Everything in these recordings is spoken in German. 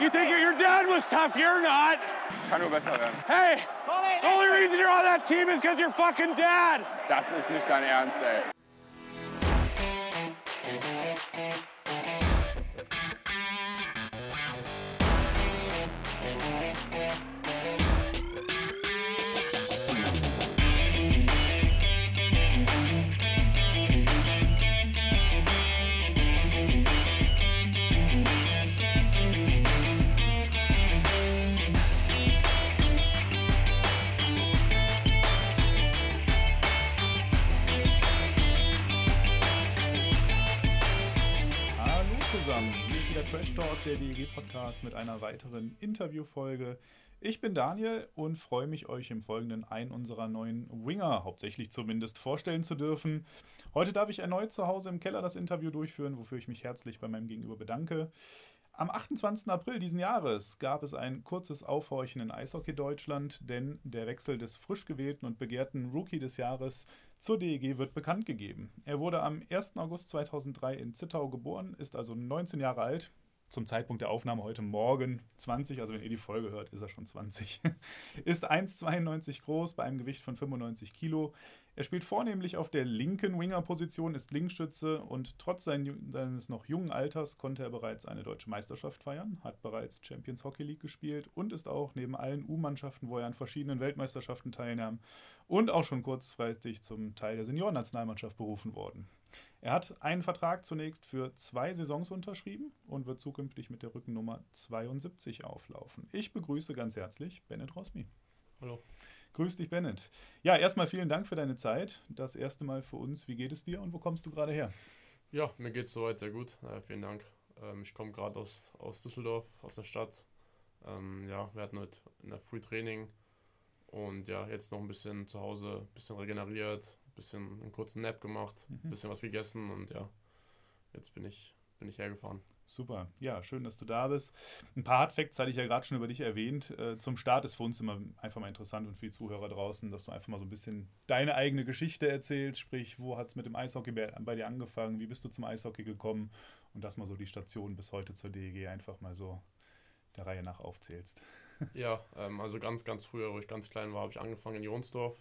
You think your dad was tough, you're not. Kann nur besser werden. Hey, the only reason you're on that team is because you're fucking dad. Das ist nicht dein Ernst, ey. Trash Talk, der DEG-Podcast mit einer weiteren Interviewfolge. Ich bin Daniel und freue mich, euch im Folgenden einen unserer neuen Winger, hauptsächlich zumindest, vorstellen zu dürfen. Heute darf ich erneut zu Hause im Keller das Interview durchführen, wofür ich mich herzlich bei meinem Gegenüber bedanke. Am 28. April diesen Jahres gab es ein kurzes Aufhorchen in Eishockey Deutschland, denn der Wechsel des frisch gewählten und begehrten Rookie des Jahres zur DEG wird bekannt gegeben. Er wurde am 1. August 2003 in Zittau geboren, ist also 19 Jahre alt. Zum Zeitpunkt der Aufnahme heute Morgen 20, also wenn ihr die Folge hört, ist er schon 20. Ist 1,92 groß bei einem Gewicht von 95 Kilo. Er spielt vornehmlich auf der linken Winger-Position, ist Linksstütze und trotz seines noch jungen Alters konnte er bereits eine deutsche Meisterschaft feiern, hat bereits Champions Hockey League gespielt und ist auch neben allen U-Mannschaften, wo er an verschiedenen Weltmeisterschaften teilnahm und auch schon kurzfristig zum Teil der Seniorennationalmannschaft berufen worden. Er hat einen Vertrag zunächst für 2 Saisons unterschrieben und wird zukünftig mit der Rückennummer 72 auflaufen. Ich begrüße ganz herzlich Bennett Rosmi. Hallo. Grüß dich, Bennett. Ja, erstmal vielen Dank für deine Zeit. Das erste Mal für uns. Wie geht es dir und wo kommst du gerade her? Ja, mir geht es soweit sehr gut. Vielen Dank. Ich komme gerade aus Düsseldorf, aus der Stadt. Wir hatten heute in der Früh Training und ja, jetzt noch ein bisschen zu Hause, ein bisschen regeneriert, ein bisschen einen kurzen Nap gemacht, ein bisschen was gegessen und ja, jetzt bin ich hergefahren. Super, ja, schön, dass du da bist. Ein paar Hardfacts hatte ich ja gerade schon über dich erwähnt. Zum Start ist für uns immer einfach mal interessant und für die Zuhörer draußen, dass du einfach mal so ein bisschen deine eigene Geschichte erzählst, sprich, wo hat es mit dem Eishockey bei dir angefangen, wie bist du zum Eishockey gekommen und dass mal so die Station bis heute zur DEG einfach mal so der Reihe nach aufzählst. Ja, also ganz, ganz früher, wo ich ganz klein war, habe ich angefangen in Jonsdorf.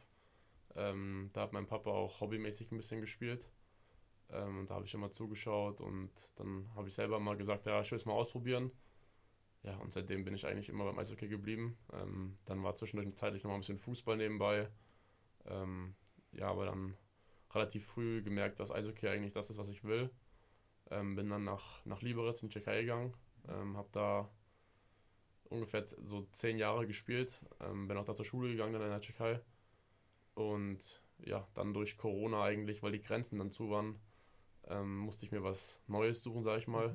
Da hat mein Papa auch hobbymäßig ein bisschen gespielt. Und da habe ich immer zugeschaut und dann habe ich selber mal gesagt, ja, ich will es mal ausprobieren. Ja, und seitdem bin ich eigentlich immer beim Eishockey geblieben. Dann war zwischendurch zeitlich noch mal ein bisschen Fußball nebenbei. Aber dann relativ früh gemerkt, dass Eishockey eigentlich das ist, was ich will. Bin dann nach Liberec in die Tschechei gegangen. Habe da ungefähr so 10 Jahre gespielt. Bin auch da zur Schule gegangen dann in der Tschechei. Und ja, dann durch Corona eigentlich, weil die Grenzen dann zu waren, musste ich mir was Neues suchen, sag ich mal.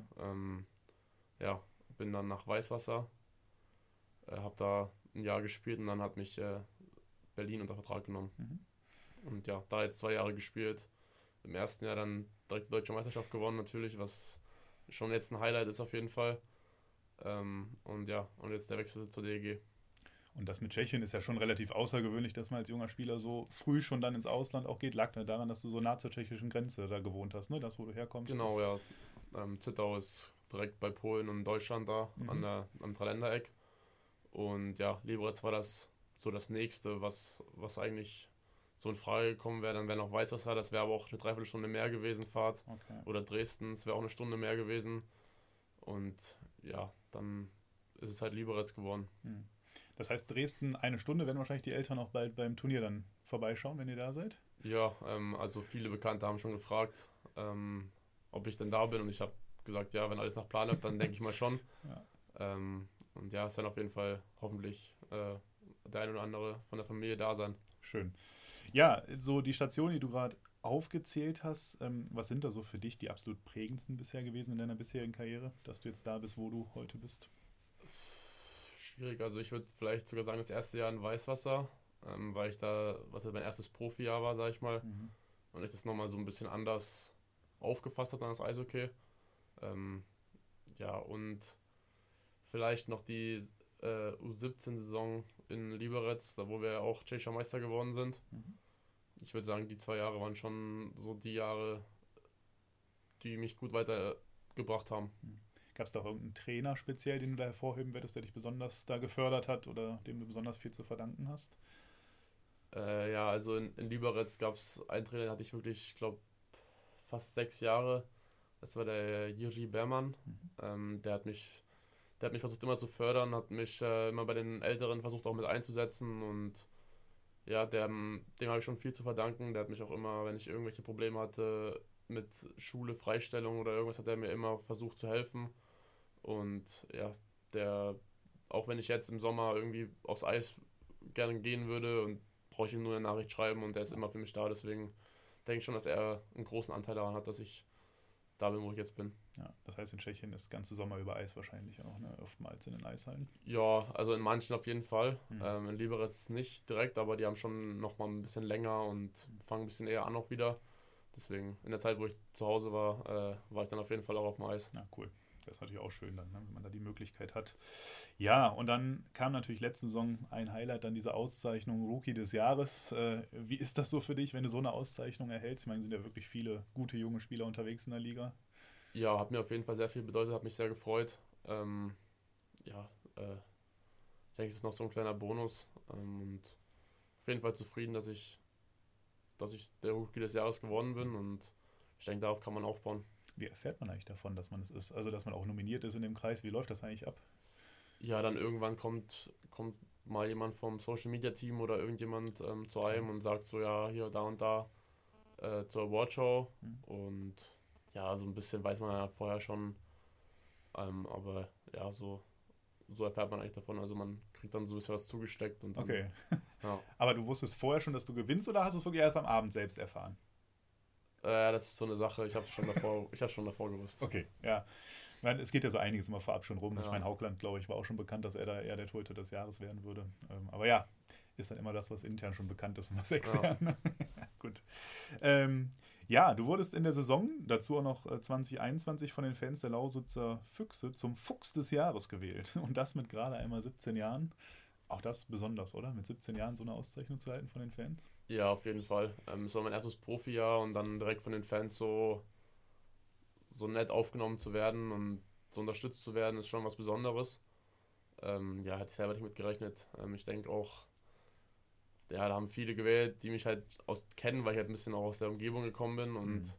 Bin dann nach Weißwasser, habe da ein Jahr gespielt und dann hat mich Berlin unter Vertrag genommen. Und ja, da jetzt 2 Jahre gespielt. Im ersten Jahr dann direkt die Deutsche Meisterschaft gewonnen natürlich, was schon jetzt ein Highlight ist auf jeden Fall. Und jetzt der Wechsel zur DEG. Und das mit Tschechien ist ja schon relativ außergewöhnlich, dass man als junger Spieler so früh schon dann ins Ausland auch geht. Lag daran, dass du so nah zur tschechischen Grenze da gewohnt hast, ne? Das, wo du herkommst. Genau, ja. Zittau ist direkt bei Polen und Deutschland da, am Dreiländereck. Und ja, Liberec war das Nächste, was eigentlich so in Frage gekommen wäre. Dann wäre noch Weißwasser, das wäre aber auch eine Dreiviertelstunde mehr gewesen, Fahrt. Okay. Oder Dresden, es wäre auch eine Stunde mehr gewesen. Und ja, dann ist es halt Liberec geworden. Das heißt, Dresden 1 Stunde, werden wahrscheinlich die Eltern auch bald beim Turnier dann vorbeischauen, wenn ihr da seid? Ja, also viele Bekannte haben schon gefragt, ob ich denn da bin und ich habe gesagt, ja, wenn alles nach Plan läuft, dann denke ich mal schon. Ja. Und ja, es werden auf jeden Fall hoffentlich der ein oder andere von der Familie da sein. Schön. Ja, so die Station, die du gerade aufgezählt hast, was sind da so für dich die absolut prägendsten bisher gewesen in deiner bisherigen Karriere, dass du jetzt da bist, wo du heute bist? Schwierig, also ich würde vielleicht sogar sagen, das erste Jahr in Weißwasser, weil ich da, was ja mein erstes Profijahr war, sag ich mal, und ich das nochmal so ein bisschen anders aufgefasst habe, dann das Eishockey. Und vielleicht noch die U17-Saison in Liberec, da wo wir auch tschechischer Meister geworden sind. Ich würde sagen, die 2 Jahre waren schon so die Jahre, die mich gut weitergebracht haben. Gab es da auch irgendeinen Trainer speziell, den du da hervorheben würdest, der dich besonders da gefördert hat oder dem du besonders viel zu verdanken hast? Ja, also in Liberec gab es einen Trainer, den hatte ich wirklich, ich glaube, fast 6 Jahre. Das war der Jiří Berman. Der hat mich versucht immer zu fördern, hat mich immer bei den Älteren versucht auch mit einzusetzen und ja, dem habe ich schon viel zu verdanken. Der hat mich auch immer, wenn ich irgendwelche Probleme hatte mit Schule, Freistellung oder irgendwas, hat er mir immer versucht zu helfen. Und ja, auch wenn ich jetzt im Sommer irgendwie aufs Eis gerne gehen würde und brauche ich ihm nur eine Nachricht schreiben und der ist immer für mich da. Deswegen denke ich schon, dass er einen großen Anteil daran hat, dass ich da bin, wo ich jetzt bin. Ja, das heißt, in Tschechien ist ganze Sommer über Eis wahrscheinlich auch, ne? Oftmals in den Eishallen. Ja, also in manchen auf jeden Fall. Mhm. In Liberec nicht direkt, aber die haben schon nochmal ein bisschen länger und fangen ein bisschen eher an auch wieder. Deswegen, in der Zeit, wo ich zu Hause war ich dann auf jeden Fall auch auf dem Eis. Ja, cool. Das ist natürlich auch schön dann, ne, wenn man da die Möglichkeit hat. Ja, und dann kam natürlich letzte Saison ein Highlight, dann diese Auszeichnung Rookie des Jahres. Wie ist das so für dich, wenn du so eine Auszeichnung erhältst? Ich meine, es sind ja wirklich viele gute junge Spieler unterwegs in der Liga. Ja, hat mir auf jeden Fall sehr viel bedeutet, hat mich sehr gefreut. Ja, ich denke, es ist noch so ein kleiner Bonus und auf jeden Fall zufrieden, dass ich der Rookie des Jahres geworden bin und ich denke, darauf kann man aufbauen. Wie erfährt man eigentlich davon, dass man es ist? Also, dass man auch nominiert ist in dem Kreis. Wie läuft das eigentlich ab? Ja, dann irgendwann kommt mal jemand vom Social Media Team oder irgendjemand zu einem und sagt so, ja, hier, da und da zur Awardshow Hm. und ja, so ein bisschen weiß man ja vorher schon, aber ja, so erfährt man eigentlich davon. Also man kriegt dann so ein bisschen was zugesteckt und dann, Okay. ja. Aber du wusstest vorher schon, dass du gewinnst oder hast du es wirklich erst am Abend selbst erfahren? Das ist so eine Sache, ich habe schon davor gewusst. Okay, ja. Ich meine, es geht ja so einiges immer vorab schon rum. Ich Ja. meine, Haugland, glaube ich, war auch schon bekannt, dass er da eher der Torhüter des Jahres werden würde. Aber ja, ist dann immer das, was intern schon bekannt ist und was extern. Ja. Gut. Ja, du wurdest in der Saison, dazu auch noch 2021 von den Fans der Lausitzer Füchse zum Fuchs des Jahres gewählt. Und das mit gerade einmal 17 Jahren. Auch das besonders, oder? Mit 17 Jahren so eine Auszeichnung zu halten von den Fans? Ja, auf jeden Fall. Es war mein erstes Profijahr und dann direkt von den Fans so nett aufgenommen zu werden und so unterstützt zu werden, ist schon was Besonderes. Ja, hätte ich selber nicht mit gerechnet. Ich denke auch, ja, da haben viele gewählt, die mich halt kennen, weil ich halt ein bisschen auch aus der Umgebung gekommen bin und Mhm.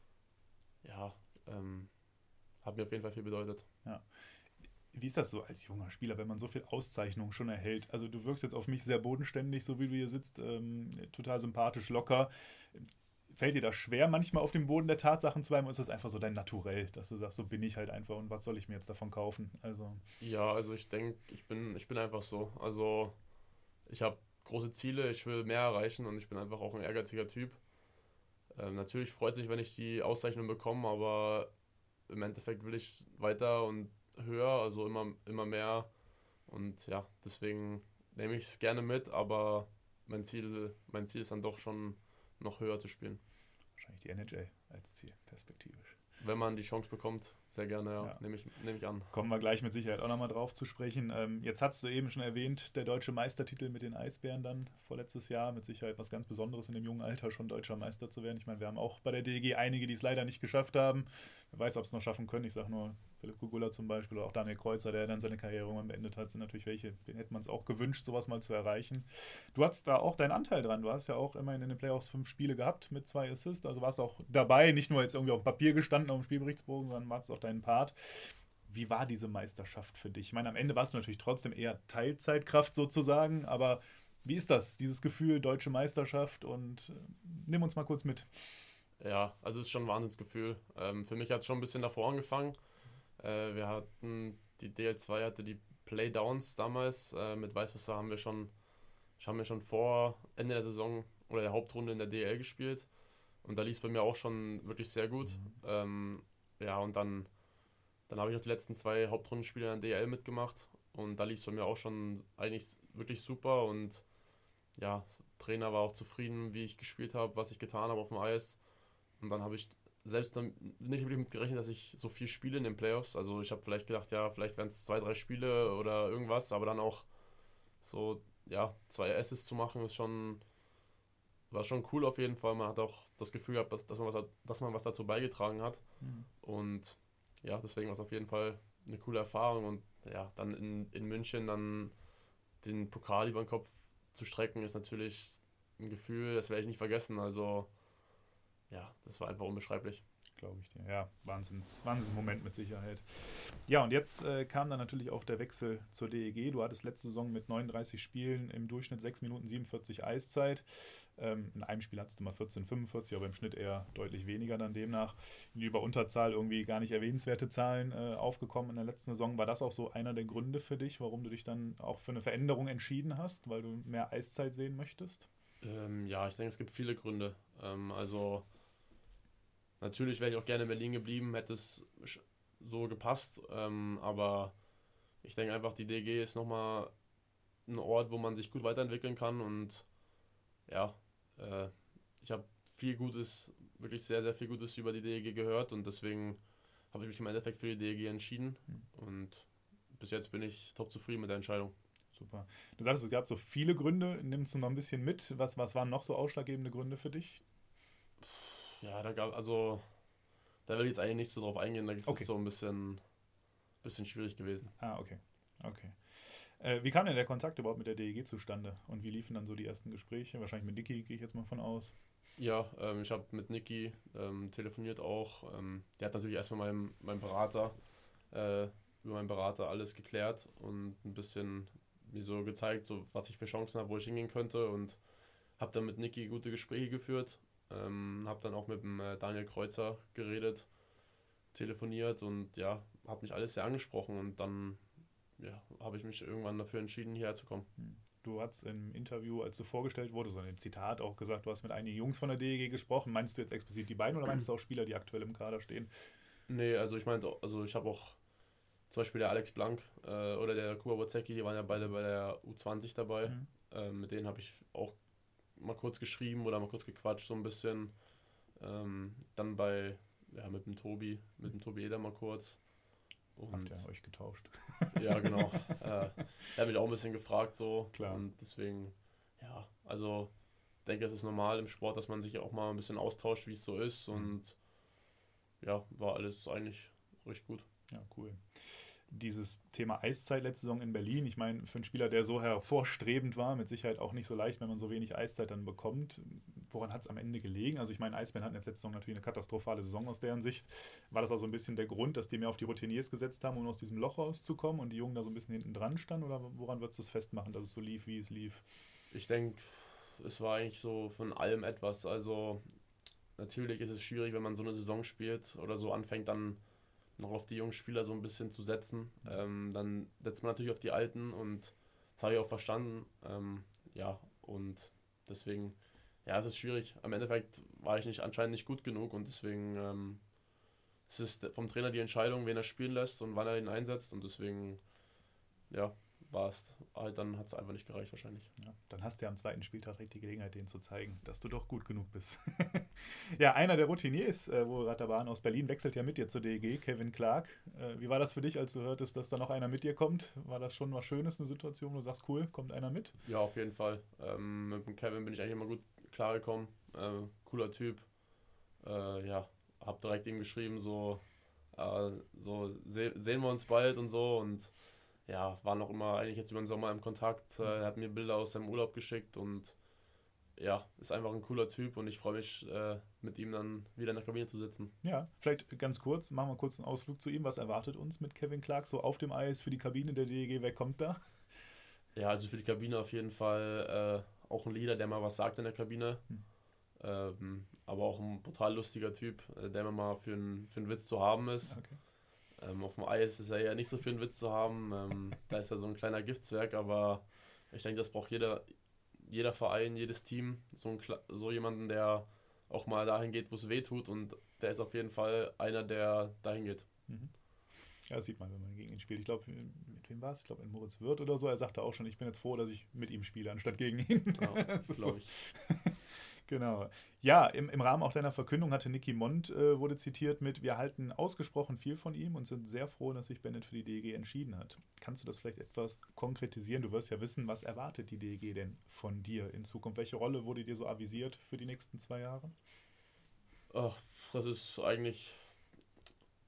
ja, hat mir auf jeden Fall viel bedeutet. Ja. Wie ist das so als junger Spieler, wenn man so viel Auszeichnung schon erhält? Also du wirkst jetzt auf mich sehr bodenständig, so wie du hier sitzt, total sympathisch, locker. Fällt dir das schwer, manchmal auf dem Boden der Tatsachen zu bleiben, oder ist das einfach so dein Naturell, dass du sagst, so bin ich halt einfach und was soll ich mir jetzt davon kaufen? Also, Ja, also ich denke, ich bin einfach so. Also ich habe große Ziele, ich will mehr erreichen und ich bin einfach auch ein ehrgeiziger Typ. Natürlich freut es mich, wenn ich die Auszeichnung bekomme, aber im Endeffekt will ich weiter und höher, also immer mehr. Und ja, deswegen nehme ich es gerne mit, aber mein Ziel ist dann doch schon noch höher zu spielen. wahrscheinlich die NHL als Ziel, perspektivisch. Wenn man die Chance bekommt, sehr gerne, ja, Ja. nehme ich an. Kommen wir gleich mit Sicherheit auch nochmal drauf zu sprechen. Jetzt hast du eben schon erwähnt, der deutsche Meistertitel mit den Eisbären dann vorletztes Jahr. Mit Sicherheit was ganz Besonderes in dem jungen Alter schon deutscher Meister zu werden. Ich meine, wir haben auch bei der DEG einige, die es leider nicht geschafft haben. Wer weiß, ob es noch schaffen können. Ich sage nur Philipp Kugula zum Beispiel oder auch Daniel Kreuzer, der dann seine Karriere irgendwann beendet hat, sind natürlich welche, denen hätte man es auch gewünscht, sowas mal zu erreichen. Du hattest da auch deinen Anteil dran. Du hast ja auch immerhin in den Playoffs 5 Spiele gehabt mit 2 Assists. Also warst auch dabei, nicht nur jetzt irgendwie auf dem Papier gestanden auf dem Spielberichtsbogen, sondern machst auch deinen Part. Wie war diese Meisterschaft für dich? Ich meine, am Ende warst du natürlich trotzdem eher Teilzeitkraft sozusagen, aber wie ist das, dieses Gefühl, deutsche Meisterschaft und nimm uns mal kurz mit. Ja, also es ist schon ein Wahnsinnsgefühl. Für mich hat es schon ein bisschen davor angefangen. Wir hatten, die DL2 hatte die Playdowns damals. Mit Weißwasser haben wir schon vor Ende der Saison oder der Hauptrunde in der DL gespielt. Und da lief es bei mir auch schon wirklich sehr gut. Ja, und dann habe ich noch die letzten 2 Hauptrundenspiele in der DL mitgemacht. Und da lief es bei mir auch schon eigentlich wirklich super. Und ja, Trainer war auch zufrieden, wie ich gespielt habe, was ich getan habe auf dem Eis. Und dann habe ich selbst dann nicht wirklich mit gerechnet, dass ich so viel spiele in den Playoffs. Also ich habe vielleicht gedacht, ja, vielleicht wären es 2, 3 Spiele oder irgendwas, aber dann auch so, ja, 2 Assists zu machen, war schon cool auf jeden Fall. Man hat auch das Gefühl gehabt, dass man was dazu beigetragen hat. Und ja, deswegen war es auf jeden Fall eine coole Erfahrung und ja, dann in München dann den Pokal über den Kopf zu strecken, ist natürlich ein Gefühl, das werde ich nicht vergessen. Also ja, das war einfach unbeschreiblich. Glaube ich dir. Ja, Wahnsinnsmoment mit Sicherheit. Ja, und jetzt kam dann natürlich auch der Wechsel zur DEG. Du hattest letzte Saison mit 39 Spielen im Durchschnitt 6 Minuten 47 Eiszeit. In einem Spiel hattest du mal 14,45, aber im Schnitt eher deutlich weniger dann demnach. Über Unterzahl irgendwie gar nicht erwähnenswerte Zahlen aufgekommen in der letzten Saison. War das auch so einer der Gründe für dich, warum du dich dann auch für eine Veränderung entschieden hast, weil du mehr Eiszeit sehen möchtest? Ja, ich denke, es gibt viele Gründe. Also natürlich wäre ich auch gerne in Berlin geblieben, hätte es so gepasst. Aber ich denke einfach, die DG ist nochmal ein Ort, wo man sich gut weiterentwickeln kann. Und ja, ich habe viel Gutes, wirklich sehr, sehr viel Gutes über die DG gehört. Und deswegen habe ich mich im Endeffekt für die DG entschieden. Und bis jetzt bin ich top zufrieden mit der Entscheidung. Super. Du sagst, es gab so viele Gründe. Nimmst du noch ein bisschen mit? Was waren noch so ausschlaggebende Gründe für dich? Ja, da will ich jetzt eigentlich nicht so drauf eingehen, da ist es so ein bisschen schwierig gewesen. Ah, okay. Wie kam denn der Kontakt überhaupt mit der DEG zustande? Und wie liefen dann so die ersten Gespräche? Wahrscheinlich mit Niki, gehe ich jetzt mal von aus. Ja, ich habe mit Niki telefoniert auch. Der hat natürlich erstmal meinem Berater, über meinen Berater alles geklärt und ein bisschen mir so gezeigt, so was ich für Chancen habe, wo ich hingehen könnte, und habe dann mit Niki gute Gespräche geführt. Habe dann auch mit dem Daniel Kreuzer geredet, telefoniert, und ja, hat mich alles sehr angesprochen, und dann ja, habe ich mich irgendwann dafür entschieden, hierher zu kommen. Du hast im Interview, als du vorgestellt wurdest, so in dem Zitat auch gesagt, du hast mit einigen Jungs von der DEG gesprochen. Meinst du jetzt explizit die beiden oder meinst du auch Spieler, die aktuell im Kader stehen? Nee, also ich meinte, also ich habe auch zum Beispiel der Alex Blank oder der Kuba Wozecki, die waren ja beide bei der U20 dabei. Mit denen habe ich auch mal kurz geschrieben oder mal kurz gequatscht, so ein bisschen. Dann mit dem Tobi Eder mal kurz. Und habt ihr euch getauscht? Ja, genau. Er hat mich auch ein bisschen gefragt, so. Klar. Und deswegen, ja, also ich denke, es ist normal im Sport, dass man sich auch mal ein bisschen austauscht, wie es so ist. Und ja, war alles eigentlich recht gut. Ja, cool. Dieses Thema Eiszeit letzte Saison in Berlin, ich meine, für einen Spieler, der so hervorstrebend war, mit Sicherheit auch nicht so leicht, wenn man so wenig Eiszeit dann bekommt. Woran hat es am Ende gelegen? Also ich meine, Eisbären hatten jetzt letzte Saison natürlich eine katastrophale Saison aus deren Sicht. War das also ein bisschen der Grund, dass die mehr auf die Routiniers gesetzt haben, um aus diesem Loch rauszukommen und die Jungen da so ein bisschen hinten dran standen? Oder woran würdest du es festmachen, dass es so lief, wie es lief? Ich denke, es war eigentlich so von allem etwas. Also natürlich ist es schwierig, wenn man so eine Saison spielt oder so anfängt, dann noch auf die jungen Spieler so ein bisschen zu setzen. Dann setzt man natürlich auf die Alten, und das habe ich auch verstanden. Ja, und deswegen, ja, es ist schwierig. Am Endeffekt war ich anscheinend nicht gut genug, und deswegen es ist vom Trainer die Entscheidung, wen er spielen lässt und wann er ihn einsetzt, und deswegen, ja, war es halt, dann hat es einfach nicht gereicht wahrscheinlich. Ja, dann hast du ja am zweiten Spieltag direkt die Gelegenheit, denen zu zeigen, dass du doch gut genug bist. Ja, einer der Routiniers, wo wir gerade da waren, aus Berlin, wechselt ja mit dir zur DEG, Kevin Clark. Wie war das für dich, als du hörtest, dass da noch einer mit dir kommt? War das schon was Schönes, eine Situation, wo du sagst, cool, kommt einer mit? Ja, auf jeden Fall. Mit dem Kevin bin ich eigentlich immer gut klargekommen. Cooler Typ. Ja, hab direkt ihm geschrieben, sehen wir uns bald und so, und ja, waren auch immer eigentlich jetzt über den Sommer im Kontakt. Er hat mir Bilder aus seinem Urlaub geschickt, und ja, ist einfach ein cooler Typ, und ich freue mich, mit ihm dann wieder in der Kabine zu sitzen. Ja, vielleicht ganz kurz, machen wir kurz einen Ausflug zu ihm. Was erwartet uns mit Kevin Clark so auf dem Eis für die Kabine der DEG? Wer kommt da? Ja, also für die Kabine auf jeden Fall auch ein Leader, der mal was sagt in der Kabine. Aber auch ein brutal lustiger Typ, der immer mal für einen Witz zu haben ist. Okay. Auf dem Eis ist er ja nicht so für einen Witz zu haben. Da ist er so ein kleiner Giftzwerg, aber ich denke, das braucht jeder Verein, jedes Team, so jemanden, der auch mal dahin geht, wo es weh tut, und der ist auf jeden Fall einer, der dahin geht. Ja, das sieht man, wenn man gegen ihn spielt. Ich glaube, mit wem war es? Ich glaube, in Moritz Wirth oder so. Er sagte auch schon, ich bin jetzt froh, dass ich mit ihm spiele, anstatt gegen ihn. Ja, das ist glaube so. ich. Genau. Ja, im Rahmen auch deiner Verkündung hatte Niki Mond, wurde zitiert mit, wir halten ausgesprochen viel von ihm und sind sehr froh, dass sich Bennett für die DEG entschieden hat. Kannst du das vielleicht etwas konkretisieren? Du wirst ja wissen, was erwartet die DEG denn von dir in Zukunft? Welche Rolle wurde dir so avisiert für die nächsten 2 Jahre? Ach, das ist eigentlich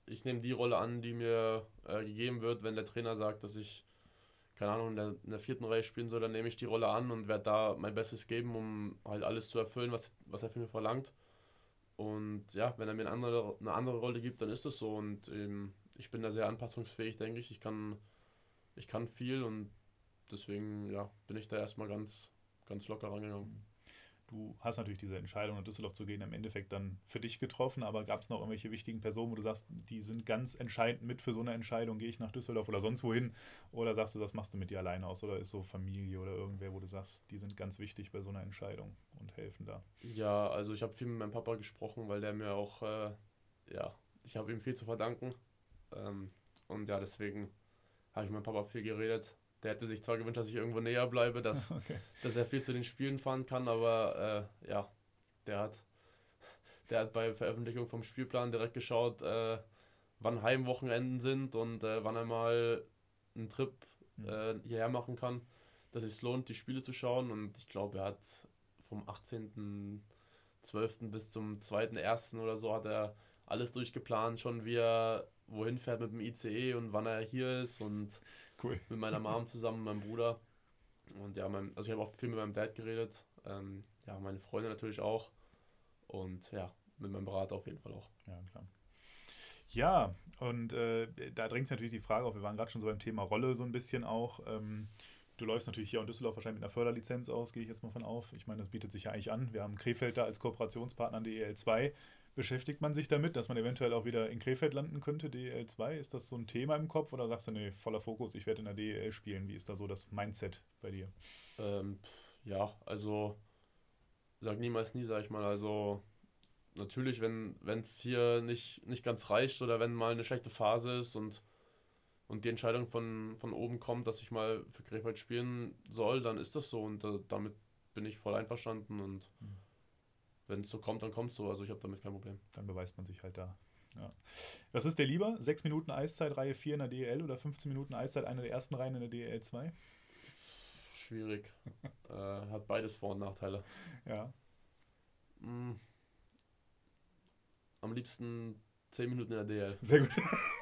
ich nehme die Rolle an, die mir gegeben wird. Wenn der Trainer sagt, dass ich, keine Ahnung, in der 4. Reihe spielen soll, dann nehme ich die Rolle an und werde da mein Bestes geben, um halt alles zu erfüllen, was er von mir verlangt. Und ja, wenn er mir eine andere Rolle gibt, dann ist das so. Und ich bin da sehr anpassungsfähig, denke ich. Ich kann viel und deswegen ja, bin ich da erstmal ganz, ganz locker rangegangen. Du hast natürlich diese Entscheidung, nach Düsseldorf zu gehen, im Endeffekt dann für dich getroffen, aber gab es noch irgendwelche wichtigen Personen, wo du sagst, die sind ganz entscheidend mit für so eine Entscheidung, gehe ich nach Düsseldorf oder sonst wohin? Oder sagst du, das machst du mit dir alleine aus? Oder ist so Familie oder irgendwer, wo du sagst, die sind ganz wichtig bei so einer Entscheidung und helfen da? Ja, also ich habe viel mit meinem Papa gesprochen, weil der mir auch, ich habe ihm viel zu verdanken. Und ja, deswegen habe ich mit meinem Papa viel geredet. Der hätte sich zwar gewünscht, dass ich irgendwo näher bleibe, dass er viel zu den Spielen fahren kann, aber der hat bei Veröffentlichung vom Spielplan direkt geschaut, wann Heimwochenenden sind und wann er mal einen Trip hierher machen kann, dass es sich lohnt, die Spiele zu schauen. Und ich glaube, er hat vom 18.12. bis zum 2.1. oder so hat er alles durchgeplant, schon wie er wohin fährt mit dem ICE und wann er hier ist und Cool. mit meiner Mom zusammen, meinem Bruder. Und ja, also ich habe auch viel mit meinem Dad geredet. Meine Freunde natürlich auch. Und ja, mit meinem Berater auf jeden Fall auch. Ja, klar. Ja, und da drängt sich natürlich die Frage auf, wir waren gerade schon so beim Thema Rolle so ein bisschen auch. Du läufst natürlich hier in Düsseldorf wahrscheinlich mit einer Förderlizenz aus, gehe ich jetzt mal von auf. Ich meine, das bietet sich ja eigentlich an. Wir haben Krefeld da als Kooperationspartner an DEL 2. Beschäftigt man sich damit, dass man eventuell auch wieder in Krefeld landen könnte, DEL 2? Ist das so ein Thema im Kopf oder sagst du, nee, voller Fokus, ich werde in der DEL spielen? Wie ist da so das Mindset bei dir? Also sag niemals nie, sag ich mal. Also natürlich, wenn es hier nicht ganz reicht oder wenn mal eine schlechte Phase ist und die Entscheidung von oben kommt, dass ich mal für Krefeld spielen soll, dann ist das so und damit bin ich voll einverstanden und wenn es so kommt, dann kommt es so. Also ich habe damit kein Problem. Dann beweist man sich halt da. Ja. Was ist dir lieber? 6 Minuten Eiszeit, Reihe 4 in der DEL oder 15 Minuten Eiszeit, einer der ersten Reihen in der DEL 2? Schwierig. Hat beides Vor- und Nachteile. Ja. Am liebsten 10 Minuten in der DL. Sehr gut.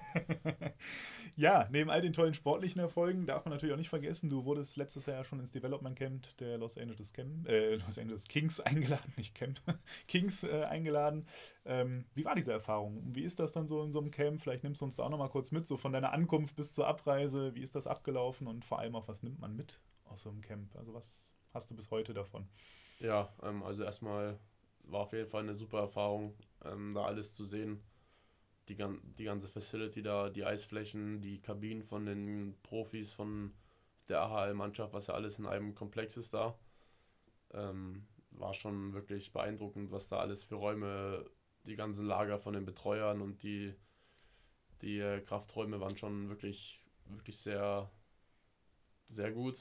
Ja, neben all den tollen sportlichen Erfolgen darf man natürlich auch nicht vergessen, du wurdest letztes Jahr schon ins Development Camp der Los Angeles Kings eingeladen, nicht Camp, Kings eingeladen. Wie war diese Erfahrung? Wie ist das dann so in so einem Camp? Vielleicht nimmst du uns da auch nochmal kurz mit, so von deiner Ankunft bis zur Abreise. Wie ist das abgelaufen und vor allem auch, was nimmt man mit aus so einem Camp? Also was hast du bis heute davon? Ja, also erstmal war auf jeden Fall eine super Erfahrung, da alles zu sehen. Die ganze Facility da, die Eisflächen, die Kabinen von den Profis, von der AHL-Mannschaft, was ja alles in einem Komplex ist da. War schon wirklich beeindruckend, was da alles für Räume, die ganzen Lager von den Betreuern und die Krafträume waren schon wirklich, wirklich sehr, sehr gut.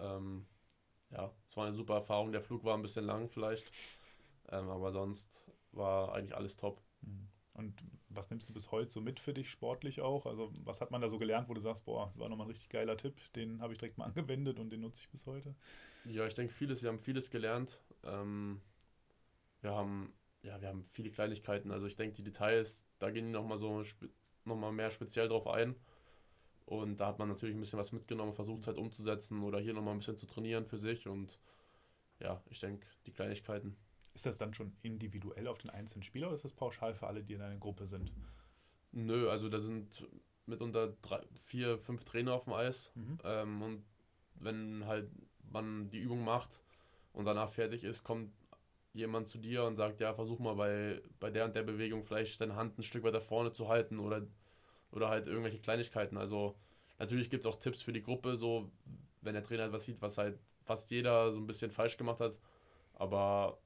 Es war eine super Erfahrung. Der Flug war ein bisschen lang vielleicht, aber sonst war eigentlich alles top. Und was nimmst du bis heute so mit für dich sportlich auch? Also was hat man da so gelernt, wo du sagst, boah, war nochmal ein richtig geiler Tipp, den habe ich direkt mal angewendet und den nutze ich bis heute? Ja, ich denke wir haben vieles gelernt. Wir haben viele Kleinigkeiten, also ich denke die Details, da gehen die nochmal mehr speziell drauf ein. Und da hat man natürlich ein bisschen was mitgenommen, versucht es halt umzusetzen oder hier nochmal ein bisschen zu trainieren für sich und ja, ich denke die Kleinigkeiten. Ist das dann schon individuell auf den einzelnen Spieler oder ist das pauschal für alle, die in einer Gruppe sind? Nö, also da sind mitunter 3, 4, 5 Trainer auf dem Eis. Und wenn halt man die Übung macht und danach fertig ist, kommt jemand zu dir und sagt, ja, versuch mal bei der und der Bewegung vielleicht deine Hand ein Stück weiter vorne zu halten oder halt irgendwelche Kleinigkeiten. Also natürlich gibt es auch Tipps für die Gruppe, so wenn der Trainer etwas sieht, was halt fast jeder so ein bisschen falsch gemacht hat. Aber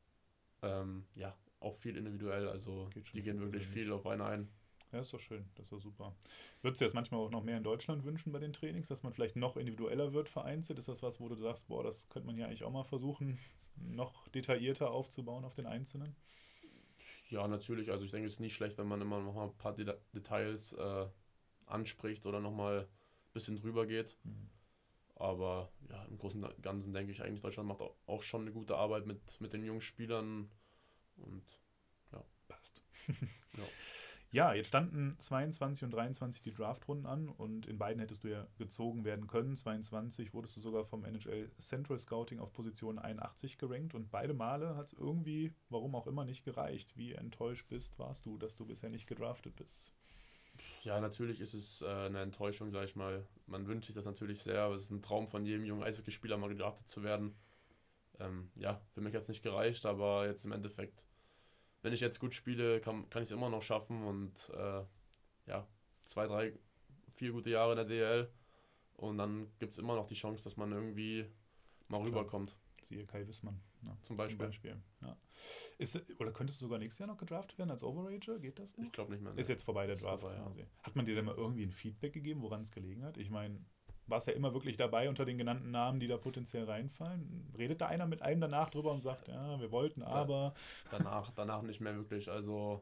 auch viel individuell, also die gehen wirklich viel auf einen ein. Ja, ist doch schön, das ist doch super. Würdest du das manchmal auch noch mehr in Deutschland wünschen bei den Trainings, dass man vielleicht noch individueller wird vereinzelt? Ist das was, wo du sagst, boah, das könnte man ja eigentlich auch mal versuchen, noch detaillierter aufzubauen auf den Einzelnen? Ja, natürlich, also ich denke, es ist nicht schlecht, wenn man immer noch mal ein paar Details anspricht oder nochmal ein bisschen drüber geht. Aber ja, im Großen und Ganzen denke ich eigentlich, Deutschland macht auch schon eine gute Arbeit mit den jungen Spielern und ja. Passt. Ja. Ja, jetzt standen 22 und 23 die Draftrunden an und in beiden hättest du ja gezogen werden können. 22 wurdest du sogar vom NHL Central Scouting auf Position 81 gerankt und beide Male hat es irgendwie, warum auch immer, nicht gereicht. Wie enttäuscht warst du, dass du bisher nicht gedraftet bist? Ja, natürlich ist es eine Enttäuschung, sag ich mal. Man wünscht sich das natürlich sehr, aber es ist ein Traum von jedem jungen Eishockeyspieler, mal gedraftet zu werden. Ja, für mich hat es nicht gereicht, aber jetzt im Endeffekt, wenn ich jetzt gut spiele, kann ich es immer noch schaffen und ja, 2, 3, 4 gute Jahre in der DEL und dann gibt es immer noch die Chance, dass man irgendwie mal rüberkommt. Siehe Kai Wissmann. Ja, Zum Beispiel. Ja. Oder könntest du sogar nächstes Jahr noch gedraftet werden als Overager? Geht das noch? Ich glaube nicht mehr. Ne? Ist jetzt vorbei der Draft vorbei, ja. quasi. Hat man dir denn mal irgendwie ein Feedback gegeben, woran es gelegen hat? Ich meine, warst ja immer wirklich dabei unter den genannten Namen, die da potenziell reinfallen. Redet da einer mit einem danach drüber und sagt, ja, wir wollten, aber... Danach nicht mehr wirklich. Also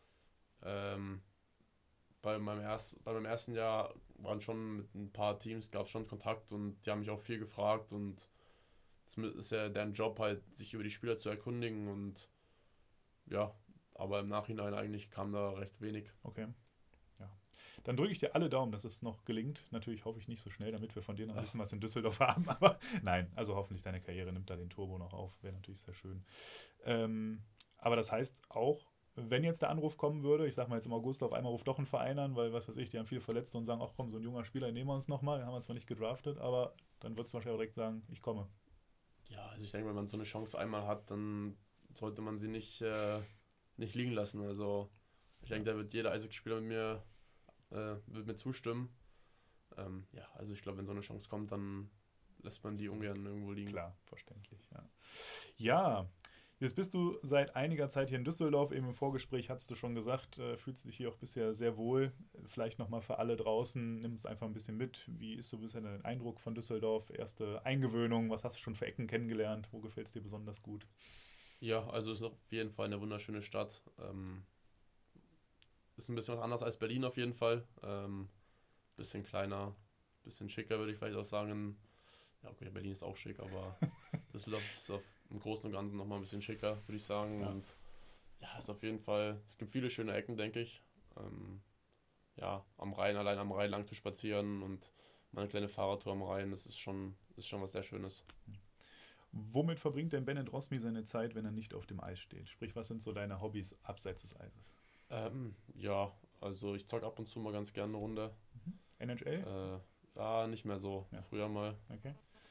bei meinem ersten Jahr waren schon mit ein paar Teams, gab es schon Kontakt und die haben mich auch viel gefragt und es ist ja deren Job halt, sich über die Spieler zu erkundigen und ja, aber im Nachhinein eigentlich kam da recht wenig. Okay. Ja. Dann drücke ich dir alle Daumen, dass es noch gelingt. Natürlich hoffe ich nicht so schnell, damit wir von dir noch ein bisschen was in Düsseldorf haben. Aber nein, also hoffentlich deine Karriere nimmt da den Turbo noch auf. Wäre natürlich sehr schön. Aber das heißt auch, wenn jetzt der Anruf kommen würde, ich sag mal jetzt im August, auf einmal ruft doch ein Verein an, weil was weiß ich, die haben viele Verletzte und sagen, ach komm, so ein junger Spieler, nehmen wir uns nochmal, den haben wir zwar nicht gedraftet, aber dann wird es wahrscheinlich direkt sagen, ich komme. Ja, also ich denke, wenn man so eine Chance einmal hat, dann sollte man sie nicht liegen lassen. Also ich denke, da wird jeder Eishockeyspieler wird mir zustimmen. Ja, also ich glaube, wenn so eine Chance kommt, dann lässt man die ungern irgendwo liegen. Klar, verständlich, ja. Ja, jetzt bist du seit einiger Zeit hier in Düsseldorf. Eben im Vorgespräch hast du schon gesagt, fühlst dich hier auch bisher sehr wohl. Vielleicht nochmal für alle draußen, nimm es einfach ein bisschen mit. Wie ist so bisher dein Eindruck von Düsseldorf? Erste Eingewöhnung, was hast du schon für Ecken kennengelernt? Wo gefällt es dir besonders gut? Ja, also es ist auf jeden Fall eine wunderschöne Stadt. Ist ein bisschen was anderes als Berlin auf jeden Fall. Bisschen kleiner, bisschen schicker würde ich vielleicht auch sagen. Ja, okay, Berlin ist auch schick, aber Düsseldorf ist im Großen und Ganzen nochmal ein bisschen schicker, würde ich sagen. Ja. Und ja, ist auf jeden Fall, es gibt viele schöne Ecken, denke ich. Ja, allein am Rhein lang zu spazieren und mal eine kleine Fahrradtour am Rhein, das ist schon was sehr Schönes. Womit verbringt denn Bennett Rosmi seine Zeit, wenn er nicht auf dem Eis steht? Sprich, was sind so deine Hobbys abseits des Eises? Ja, also ich zocke ab und zu mal ganz gerne eine Runde. NHL? Ja, nicht mehr so. Ja. Früher mal. Okay.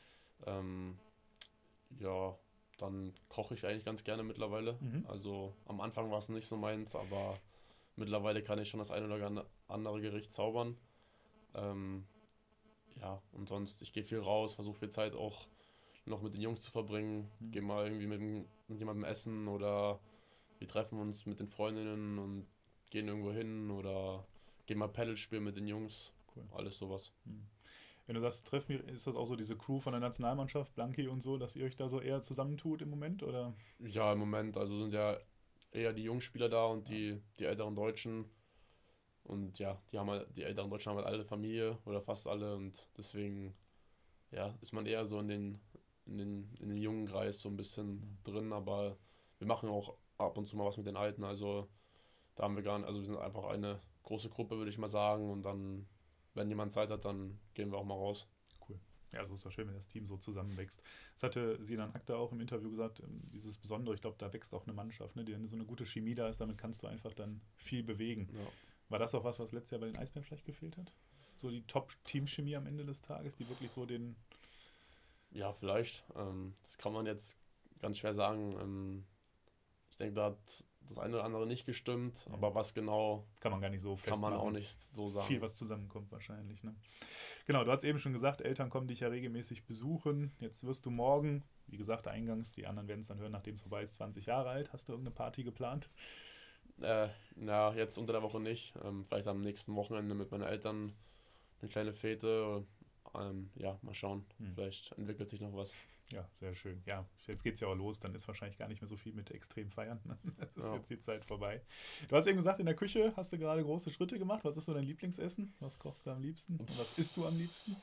Ja, dann koche ich eigentlich ganz gerne mittlerweile. Mhm. Also am Anfang war es nicht so meins, aber mittlerweile kann ich schon das eine oder andere Gericht zaubern. Ja, und sonst, ich gehe viel raus, versuche viel Zeit auch noch mit den Jungs zu verbringen. Gehe mal irgendwie mit jemandem essen oder wir treffen uns mit den Freundinnen und gehen irgendwo hin oder gehen mal Paddle spielen mit den Jungs. Cool. Alles sowas. Wenn du sagst, treff mich, ist das auch so diese Crew von der Nationalmannschaft, Blanky und so, dass ihr euch da so eher zusammentut im Moment, oder? Ja, im Moment, also sind ja eher die Jungspieler da und die älteren Deutschen. Und ja, die älteren Deutschen haben halt alle Familie oder fast alle und deswegen ja, ist man eher so in den jungen Kreis so ein bisschen drin, aber wir machen auch ab und zu mal was mit den Alten, also da haben wir gar nicht, also wir sind einfach eine große Gruppe, würde ich mal sagen, und dann, wenn jemand Zeit hat, dann gehen wir auch mal raus. Cool. Ja, so ist doch schön, wenn das Team so zusammenwächst. Das hatte Sinan Akta auch im Interview gesagt, dieses Besondere, ich glaube, da wächst auch eine Mannschaft, ne, die so eine gute Chemie da ist, damit kannst du einfach dann viel bewegen. Ja. War das auch was letztes Jahr bei den Eisbären vielleicht gefehlt hat? So die Top-Team-Chemie am Ende des Tages, die wirklich so den... Ja, vielleicht. Das kann man jetzt ganz schwer sagen. Ich denke, da hat das eine oder andere nicht gestimmt, aber was genau, kann man gar nicht so kann man auch nicht so sagen. Viel, was zusammenkommt wahrscheinlich. Ne? Genau, du hast eben schon gesagt, Eltern kommen dich ja regelmäßig besuchen. Jetzt wirst du morgen, wie gesagt, eingangs, die anderen werden es dann hören, nachdem es vorbei ist, 20 Jahre alt. Hast du irgendeine Party geplant? Na, jetzt unter der Woche nicht. Vielleicht am nächsten Wochenende mit meinen Eltern eine kleine Fete. Ja, mal schauen. Vielleicht entwickelt sich noch was. Ja, sehr schön. Ja, jetzt geht es ja auch los, dann ist wahrscheinlich gar nicht mehr so viel mit extrem feiern. Ne? Das ist jetzt die Zeit vorbei. Du hast eben gesagt, in der Küche hast du gerade große Schritte gemacht. Was ist so dein Lieblingsessen? Was kochst du am liebsten? Und was isst du am liebsten?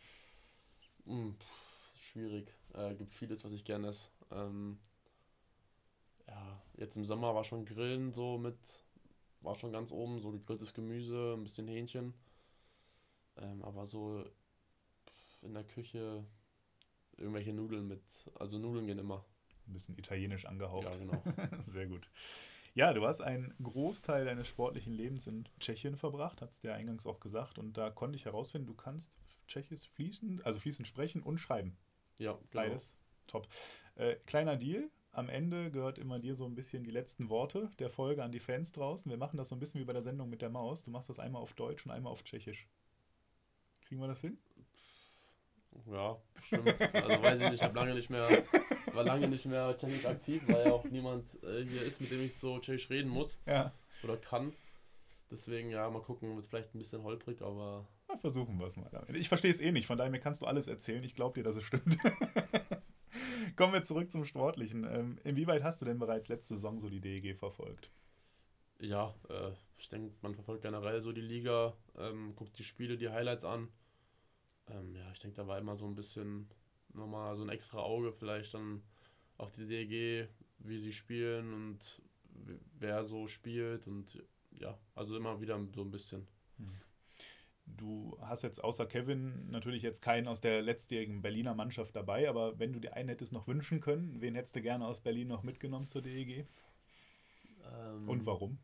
Schwierig. Gibt vieles, was ich gerne esse. Ja, jetzt im Sommer war schon Grillen so mit war schon ganz oben, so gegrilltes Gemüse, ein bisschen Hähnchen. Aber so in der Küche irgendwelche Nudeln also Nudeln gehen immer. Ein bisschen italienisch angehaucht. Ja, genau. Sehr gut. Ja, du hast einen Großteil deines sportlichen Lebens in Tschechien verbracht, hast du ja eingangs auch gesagt. Und da konnte ich herausfinden, du kannst Tschechisch fließend sprechen und schreiben. Ja, genau. Beides. Top. Kleiner Deal. Am Ende gehört immer dir so ein bisschen die letzten Worte der Folge an die Fans draußen. Wir machen das so ein bisschen wie bei der Sendung mit der Maus. Du machst das einmal auf Deutsch und einmal auf Tschechisch. Kriegen wir das hin? Ja, bestimmt. Also weiß ich nicht, war lange nicht mehr Tschechisch aktiv, weil ja auch niemand hier ist, mit dem ich so Tschechisch reden muss Ja. oder kann. Deswegen, ja, mal gucken, wird vielleicht ein bisschen holprig, aber... Na, versuchen wir es mal. Ich verstehe es eh nicht, von daher mir kannst du alles erzählen. Ich glaube dir, dass es stimmt. Kommen wir zurück zum Sportlichen. Inwieweit hast du denn bereits letzte Saison so die DEG verfolgt? Ja, ich denke, man verfolgt generell so die Liga, guckt die Spiele, die Highlights an. Ja, ich denke, da war immer so ein bisschen nochmal so ein extra Auge vielleicht dann auf die DEG, wie sie spielen und wer so spielt und ja, also immer wieder so ein bisschen. Du hast jetzt außer Kevin natürlich jetzt keinen aus der letztjährigen Berliner Mannschaft dabei, aber wenn du dir einen hättest noch wünschen können, wen hättest du gerne aus Berlin noch mitgenommen zur DEG? Und warum?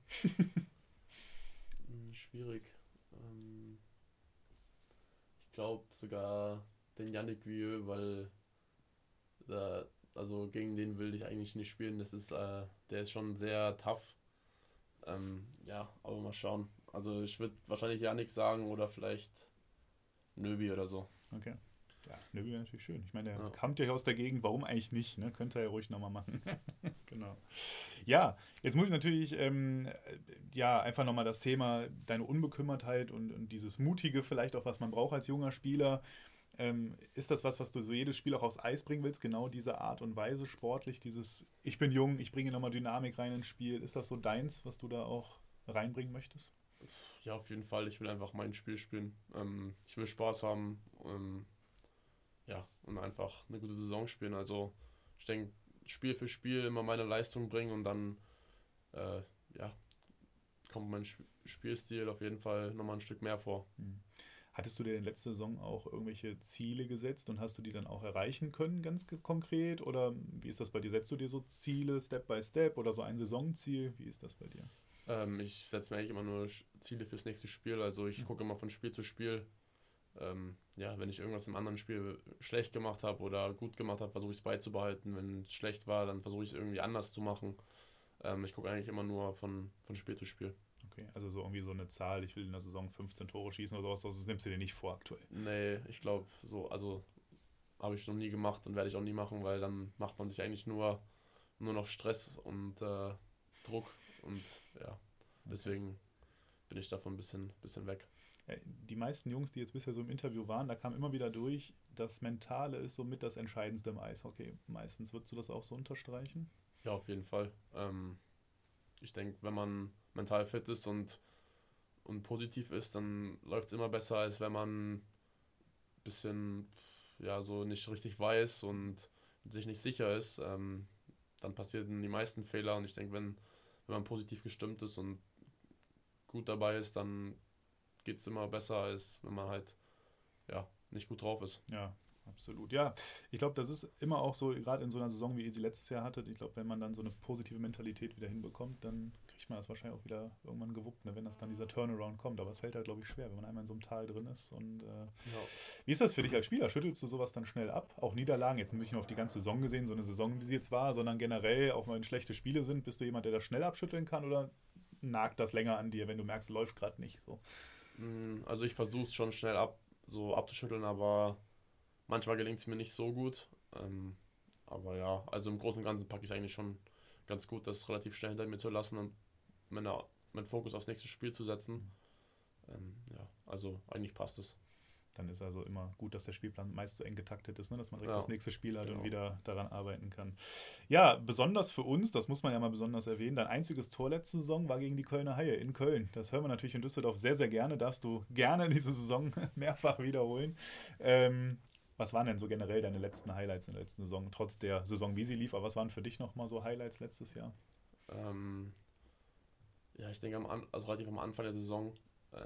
Schwierig. Ich glaube sogar den Yannick Vieux, weil also gegen den will ich eigentlich nicht spielen. Der ist schon sehr tough. Ja, aber mal schauen. Also ich würde wahrscheinlich Yannick sagen oder vielleicht Nöbi oder so. Okay. Ja, Nöbi wäre natürlich schön. Ich meine, der kommt ja aus der Gegend, warum eigentlich nicht? Ne? Könnte er ja ruhig nochmal machen. Genau. Ja, jetzt muss ich natürlich einfach nochmal das Thema, deine Unbekümmertheit und dieses Mutige vielleicht auch, was man braucht als junger Spieler. Ist das was du so jedes Spiel auch aufs Eis bringen willst? Genau diese Art und Weise sportlich, dieses ich bin jung, ich bringe nochmal Dynamik rein ins Spiel. Ist das so deins, was du da auch reinbringen möchtest? Ja, auf jeden Fall. Ich will einfach mein Spiel spielen. Ich will Spaß haben. Ja, und einfach eine gute Saison spielen. Also ich denke, Spiel für Spiel immer meine Leistung bringen und dann kommt mein Spielstil auf jeden Fall nochmal ein Stück mehr vor. Hattest du dir in letzter Saison auch irgendwelche Ziele gesetzt und hast du die dann auch erreichen können, ganz konkret? Oder wie ist das bei dir? Setzt du dir so Ziele Step by Step oder so ein Saisonziel? Wie ist das bei dir? Ich setze mir eigentlich immer nur Ziele fürs nächste Spiel. Also ich gucke immer von Spiel zu Spiel. Wenn ich irgendwas im anderen Spiel schlecht gemacht habe oder gut gemacht habe, versuche ich es beizubehalten. Wenn es schlecht war, dann versuche ich es irgendwie anders zu machen. Ich gucke eigentlich immer nur von Spiel zu Spiel. Okay, also so irgendwie so eine Zahl, ich will in der Saison 15 Tore schießen oder sowas, das nimmst du dir nicht vor aktuell? Nee, ich glaube also habe ich noch nie gemacht und werde ich auch nie machen, weil dann macht man sich eigentlich nur noch Stress und Druck und ja, deswegen bin ich davon ein bisschen weg. Die meisten Jungs, die jetzt bisher so im Interview waren, da kam immer wieder durch, das Mentale ist somit das Entscheidendste im Eishockey. Meistens würdest du das auch so unterstreichen? Ja, auf jeden Fall. Ich denke, wenn man mental fit ist und positiv ist, dann läuft es immer besser, als wenn man ein bisschen so nicht richtig weiß und sich nicht sicher ist. Dann passieren die meisten Fehler und ich denke, wenn man positiv gestimmt ist und gut dabei ist, dann geht es immer besser, als wenn man halt nicht gut drauf ist. Ja, absolut. Ja, ich glaube, das ist immer auch so, gerade in so einer Saison, wie ihr sie letztes Jahr hattet, ich glaube, wenn man dann so eine positive Mentalität wieder hinbekommt, dann kriegt man das wahrscheinlich auch wieder irgendwann gewuppt, ne, wenn das dann dieser Turnaround kommt. Aber es fällt halt, glaube ich, schwer, wenn man einmal in so einem Tal drin ist. Und wie ist das für dich als Spieler? Schüttelst du sowas dann schnell ab? Auch Niederlagen, jetzt nicht nur auf die ganze Saison gesehen, so eine Saison, wie sie jetzt war, sondern generell, auch wenn schlechte Spiele sind, bist du jemand, der das schnell abschütteln kann oder nagt das länger an dir, wenn du merkst, läuft gerade nicht so? Also ich versuche es schon schnell abzuschütteln, aber manchmal gelingt es mir nicht so gut. Aber ja, also im Großen und Ganzen packe ich es eigentlich schon ganz gut, das relativ schnell hinter mir zu lassen und meinen Fokus aufs nächste Spiel zu setzen. Also eigentlich passt es. Dann ist also immer gut, dass der Spielplan meist so eng getaktet ist, ne? Dass man direkt Ja, das nächste Spiel hat genau. und wieder daran arbeiten kann. Ja, besonders für uns, das muss man ja mal besonders erwähnen, dein einziges Tor letzte Saison war gegen die Kölner Haie in Köln. Das hören wir natürlich in Düsseldorf sehr, sehr gerne. Darfst du gerne diese Saison mehrfach wiederholen. Was waren denn so generell deine letzten Highlights in der letzten Saison, trotz der Saison, wie sie lief? Aber was waren für dich nochmal so Highlights letztes Jahr? Ja, ich denke also relativ am Anfang der Saison,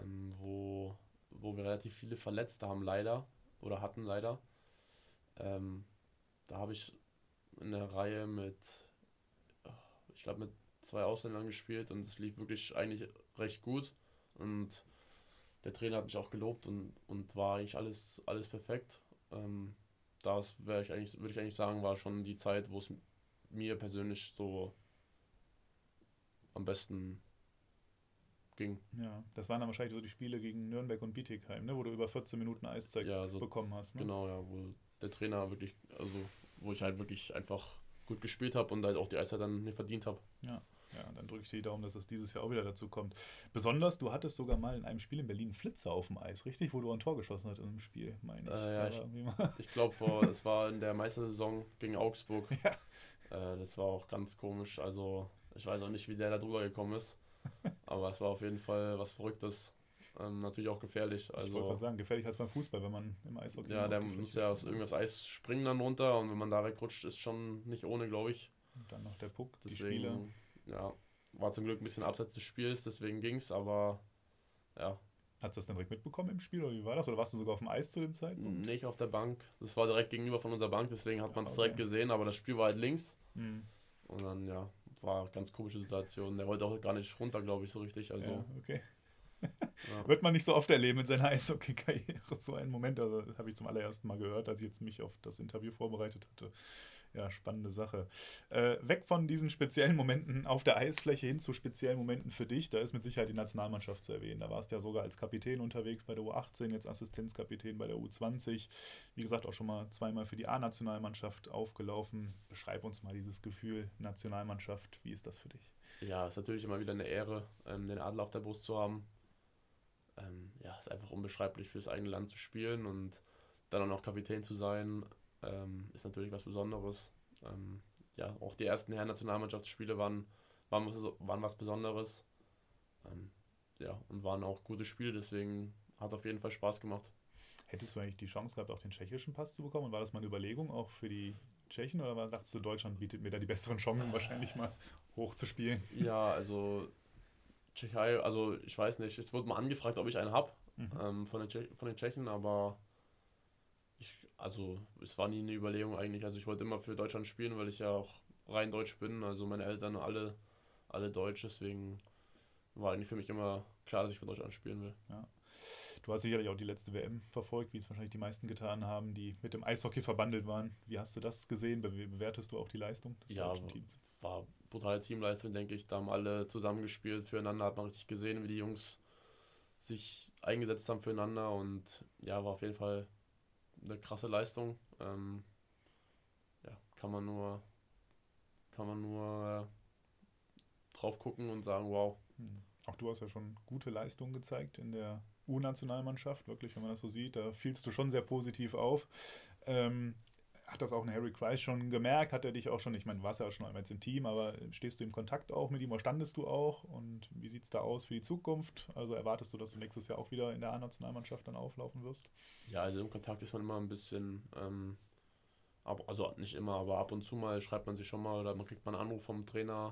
wo wir relativ viele Verletzte haben leider oder hatten leider. Ähm, Da habe ich in der Reihe ich glaube mit 2 Ausländern gespielt und es lief wirklich eigentlich recht gut. Und der Trainer hat mich auch gelobt und war eigentlich alles perfekt. Würde ich eigentlich sagen, war schon die Zeit, wo es mir persönlich so am besten ging. Ja, das waren dann wahrscheinlich so die Spiele gegen Nürnberg und Bietigheim, ne, wo du über 14 Minuten Eiszeit Ja, so bekommen hast. Ne? genau, ja, wo der Trainer wirklich, also wo ich halt wirklich einfach gut gespielt habe und halt auch die Eiszeit dann nicht verdient habe. Ja. Ja, dann drücke ich dir die Daumen, dass es dieses Jahr auch wieder dazu kommt. Besonders, du hattest sogar mal in einem Spiel in Berlin einen Flitzer auf dem Eis, richtig? Wo du ein Tor geschossen hast in einem Spiel, meine ich. Ja, Da war irgendwie mal ich glaube, es war in der Meistersaison gegen Augsburg. ja, Das war auch ganz komisch. Also, ich weiß auch nicht, wie der da drüber gekommen ist. Aber es war auf jeden Fall was Verrücktes. Natürlich auch gefährlich. ich wollte Also, gerade sagen, gefährlich als beim Fußball, wenn man im Eishockey ja, auf der die Fläche muss ja aus springt. irgendwas Eis springen dann runter und wenn man da wegrutscht, ist schon nicht ohne, glaube ich. Und dann noch der Puck, die Spieler. Deswegen, ja, war zum Glück ein bisschen abseits des Spiels, deswegen ging's, aber ja, Hast du das dann direkt mitbekommen im Spiel oder wie war das? Oder warst du sogar auf dem Eis zu dem Zeitpunkt? nicht auf der Bank. Das war direkt gegenüber von unserer Bank, deswegen hat man es Okay. direkt gesehen, aber das Spiel war halt links. Hm. Und dann, ja, war eine ganz komische Situation. Der wollte auch gar nicht runter, glaube ich, so richtig. Also, Ja, okay. ja. Wird man nicht so oft erleben in seiner Eishockey-Karriere, so einen Moment. Also, das habe ich zum allerersten Mal gehört, als ich jetzt mich auf das Interview vorbereitet hatte. Ja, spannende Sache. Weg von diesen speziellen Momenten auf der Eisfläche hin zu speziellen Momenten für dich. Da ist mit Sicherheit die Nationalmannschaft zu erwähnen. Da warst du ja sogar als Kapitän unterwegs bei der U18, jetzt Assistenzkapitän bei der U20. Wie gesagt, auch schon mal zweimal für die A-Nationalmannschaft aufgelaufen. Beschreib uns mal dieses Gefühl Nationalmannschaft. Wie ist das für dich? Ja, ist natürlich immer wieder eine Ehre, den Adler auf der Brust zu haben. Ja, ist einfach unbeschreiblich fürs eigene Land zu spielen und dann auch noch Kapitän zu sein, ist natürlich was Besonderes. Ja, auch die ersten Herren-Nationalmannschaftsspiele waren was Besonderes. Ja, und waren auch gute Spiele, deswegen hat auf jeden Fall Spaß gemacht. Hättest du eigentlich die Chance gehabt, auch den tschechischen Pass zu bekommen? Und war das mal eine Überlegung auch für die Tschechen? Oder dachtest du, Deutschland bietet mir da die besseren Chancen, wahrscheinlich mal hoch zu spielen? Ja, also Tschechei, also ich weiß nicht, es wurde mal angefragt, ob ich einen habe Mhm. von den Tschechen, aber also es war nie eine Überlegung eigentlich. Also ich wollte immer für Deutschland spielen, weil ich ja auch rein deutsch bin. Also meine Eltern alle deutsch, deswegen war eigentlich für mich immer klar, dass ich für Deutschland spielen will. Ja. Du hast sicherlich auch die letzte WM verfolgt, wie es wahrscheinlich die meisten getan haben, die mit dem Eishockey verbandelt waren. Wie hast du das gesehen? Bewertest du auch die Leistung des Ja, deutschen Teams? war brutale Teamleistung, denke ich. Da haben alle zusammengespielt füreinander, hat man richtig gesehen, wie die Jungs sich eingesetzt haben füreinander und ja, war auf jeden Fall eine krasse Leistung. Ja, kann man nur drauf gucken und sagen, wow. Hm. Auch du hast ja schon gute Leistungen gezeigt in der U-Nationalmannschaft, wirklich, wenn man das so sieht. Da fielst du schon sehr positiv auf. Ähm, Hat das auch ein Harry Kreis schon gemerkt? Hat er dich auch schon, ich meine, du warst ja auch schon einmal jetzt im Team, aber stehst du im Kontakt auch mit ihm oder standest du auch? Und wie sieht es da aus für die Zukunft? Also erwartest du, dass du nächstes Jahr auch wieder in der A-Nationalmannschaft dann auflaufen wirst? Ja, also im Kontakt ist man immer ein bisschen, also nicht immer, aber ab und zu mal schreibt man sich schon mal oder man kriegt mal einen Anruf vom Trainer.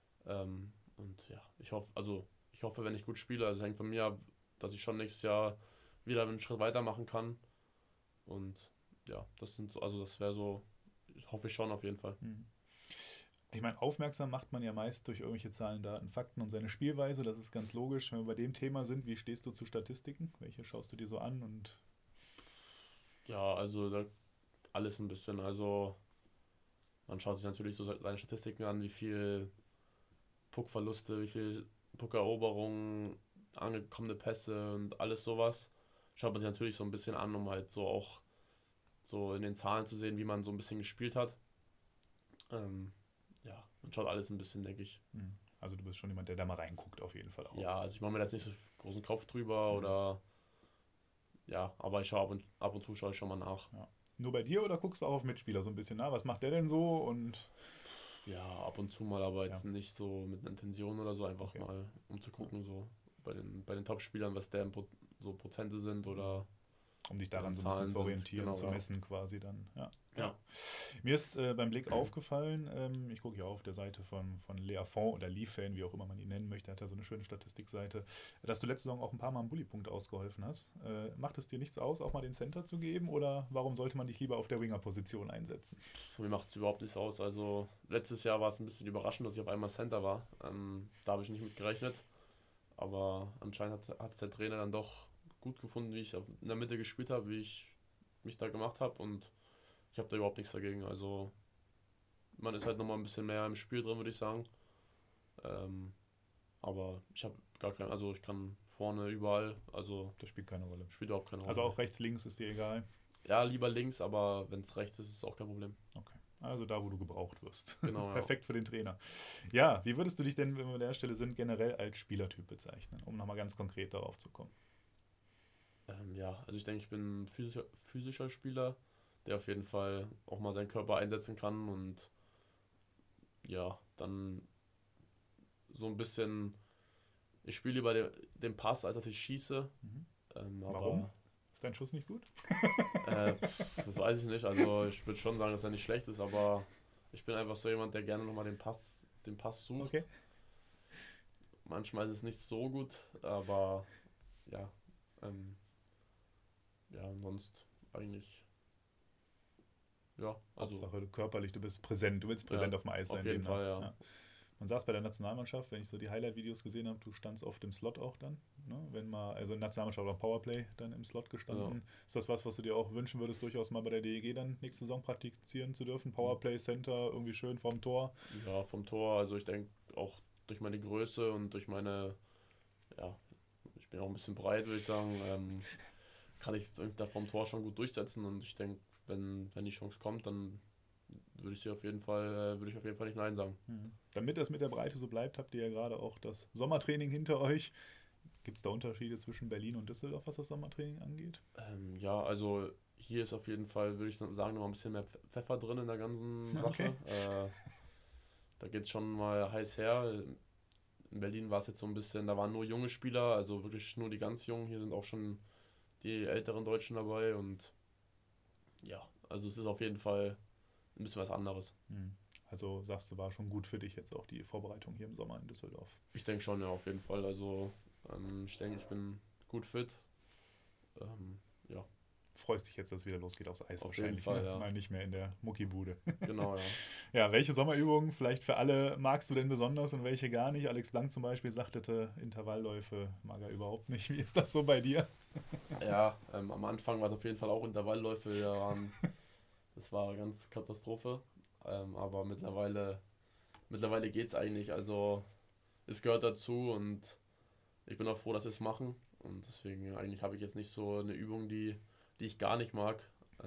Und ja, ich hoffe, wenn ich gut spiele, also es hängt von mir ab, dass ich schon nächstes Jahr wieder einen Schritt weitermachen kann. Und ja, also das wäre so, hoffe ich schon auf jeden Fall. Hm. Ich meine, aufmerksam macht man ja meist durch irgendwelche Zahlen, Daten, Fakten und seine Spielweise. Das ist ganz logisch. Wenn wir bei dem Thema sind, wie stehst du zu Statistiken? Welche schaust du dir so an? Und Ja, also alles ein bisschen. Also man schaut sich natürlich so seine Statistiken an, wie viel Puckverluste, wie viel Puckeroberungen, angekommene Pässe und alles sowas. Schaut man sich natürlich so ein bisschen an, um halt so auch so in den Zahlen zu sehen, wie man so ein bisschen gespielt hat. Ja, man schaut alles ein bisschen, denke ich. also du bist schon jemand, der da mal reinguckt, auf jeden Fall auch. Ja, also ich mache mir da jetzt nicht so großen Kopf drüber Mhm. oder ja, aber ich schaue ab und zu schaue ich schon mal nach. Ja. Nur bei dir oder guckst du auch auf Mitspieler so ein bisschen? Na, was macht der denn so? Und Ja, ab und zu mal, aber ja, jetzt nicht so mit einer Intention oder so, einfach okay. mal um zu gucken, so bei den Top-Spielern, was deren so Prozente sind oder Um dich daran so ein Zahlen bisschen zu sind, orientieren, genau, zu ja. messen quasi dann. Ja. Mir ist beim Blick aufgefallen, ich gucke ja auf der Seite von Lea Font oder Lee-Fan, wie auch immer man ihn nennen möchte, hat er so eine schöne Statistikseite, dass du letzte Saison auch ein paar Mal einen Bully-Punkt ausgeholfen hast. Macht es dir nichts aus, auch mal den Center zu geben, oder warum sollte man dich lieber auf der Winger-Position einsetzen? Mir macht es überhaupt nichts aus. Also letztes Jahr war es ein bisschen überraschend, dass ich auf einmal Center war. Da habe ich nicht mit gerechnet. Aber anscheinend hat es der Trainer dann doch gut gefunden, wie ich in der Mitte gespielt habe, wie ich mich da gemacht habe. Und ich habe da überhaupt nichts dagegen. Also man ist halt nochmal ein bisschen mehr im Spiel drin, würde ich sagen. Aber ich habe gar keinen, also ich kann vorne überall, also Das spielt keine Rolle. spielt überhaupt keine Rolle. Also auch rechts, links ist dir egal? Ja, lieber links, aber wenn es rechts ist, ist es auch kein Problem. Okay. Also da, wo du gebraucht wirst. Genau, ja. Perfekt für den Trainer. Ja, wie würdest du dich denn, wenn wir an der Stelle sind, generell als Spielertyp bezeichnen, um nochmal ganz konkret darauf zu kommen? Ja, also ich denke, ich bin ein physischer Spieler, der auf jeden Fall auch mal seinen Körper einsetzen kann und ja, dann so ein bisschen, ich spiele lieber den Pass, als dass ich schieße. Mhm. Aber Warum? Ist dein Schuss nicht gut? das weiß ich nicht. Also ich würde schon sagen, dass er nicht schlecht ist, aber ich bin einfach so jemand, der gerne nochmal den Pass sucht. Okay. Manchmal ist es nicht so gut, aber ja, sonst eigentlich, ja, also Hauptsache körperlich, du bist präsent, du willst präsent Ja, auf dem Eis auf sein. jeden demnach. Fall, ja. Man saß bei der Nationalmannschaft, wenn ich so die Highlight-Videos gesehen habe, du standst oft im Slot auch dann, ne? Wenn mal, also in der Nationalmannschaft oder Powerplay dann im Slot gestanden. Ist das was du dir auch wünschen würdest, durchaus mal bei der DEG dann nächste Saison praktizieren zu dürfen? Powerplay, Center, irgendwie schön vorm Tor. Ja, vom Tor, also ich denke auch durch meine Größe und durch meine, ja, ich bin auch ein bisschen breit, würde ich sagen, kann ich da vom Tor schon gut durchsetzen und ich denke, wenn die Chance kommt, dann würde ich auf jeden Fall nicht Nein sagen. Damit das mit der Breite so bleibt, habt ihr ja gerade auch das Sommertraining hinter euch. Gibt es da Unterschiede zwischen Berlin und Düsseldorf, was das Sommertraining angeht? Ja, also hier ist auf jeden Fall, würde ich sagen, noch ein bisschen mehr Pfeffer drin in der ganzen Sache. Okay. Da geht es schon mal heiß her. In Berlin war es jetzt so ein bisschen, da waren nur junge Spieler, also wirklich nur die ganz Jungen. Hier sind auch schon die älteren Deutschen dabei und ja, also es ist auf jeden Fall ein bisschen was anderes. Also sagst du, war schon gut für dich jetzt auch die Vorbereitung hier im Sommer in Düsseldorf? Ich denke schon, ja, auf jeden Fall. Also ich denke, ich bin gut fit. Ja, Freust dich jetzt, dass es wieder losgeht aufs Eis Auf wahrscheinlich, jeden Fall, ne? ja. Mal nicht mehr in der Muckibude. genau, ja. Ja, welche Sommerübungen vielleicht für alle magst du denn besonders und welche gar nicht? Alex Blank zum Beispiel sagte, Intervallläufe mag er überhaupt nicht. Wie ist das so bei dir? Ja, am Anfang war es auf jeden Fall auch Intervallläufe, das war ganz Katastrophe. Aber mittlerweile geht es eigentlich. Also es gehört dazu und ich bin auch froh, dass wir es machen. Und deswegen eigentlich habe ich jetzt nicht so eine Übung, die ich gar nicht mag.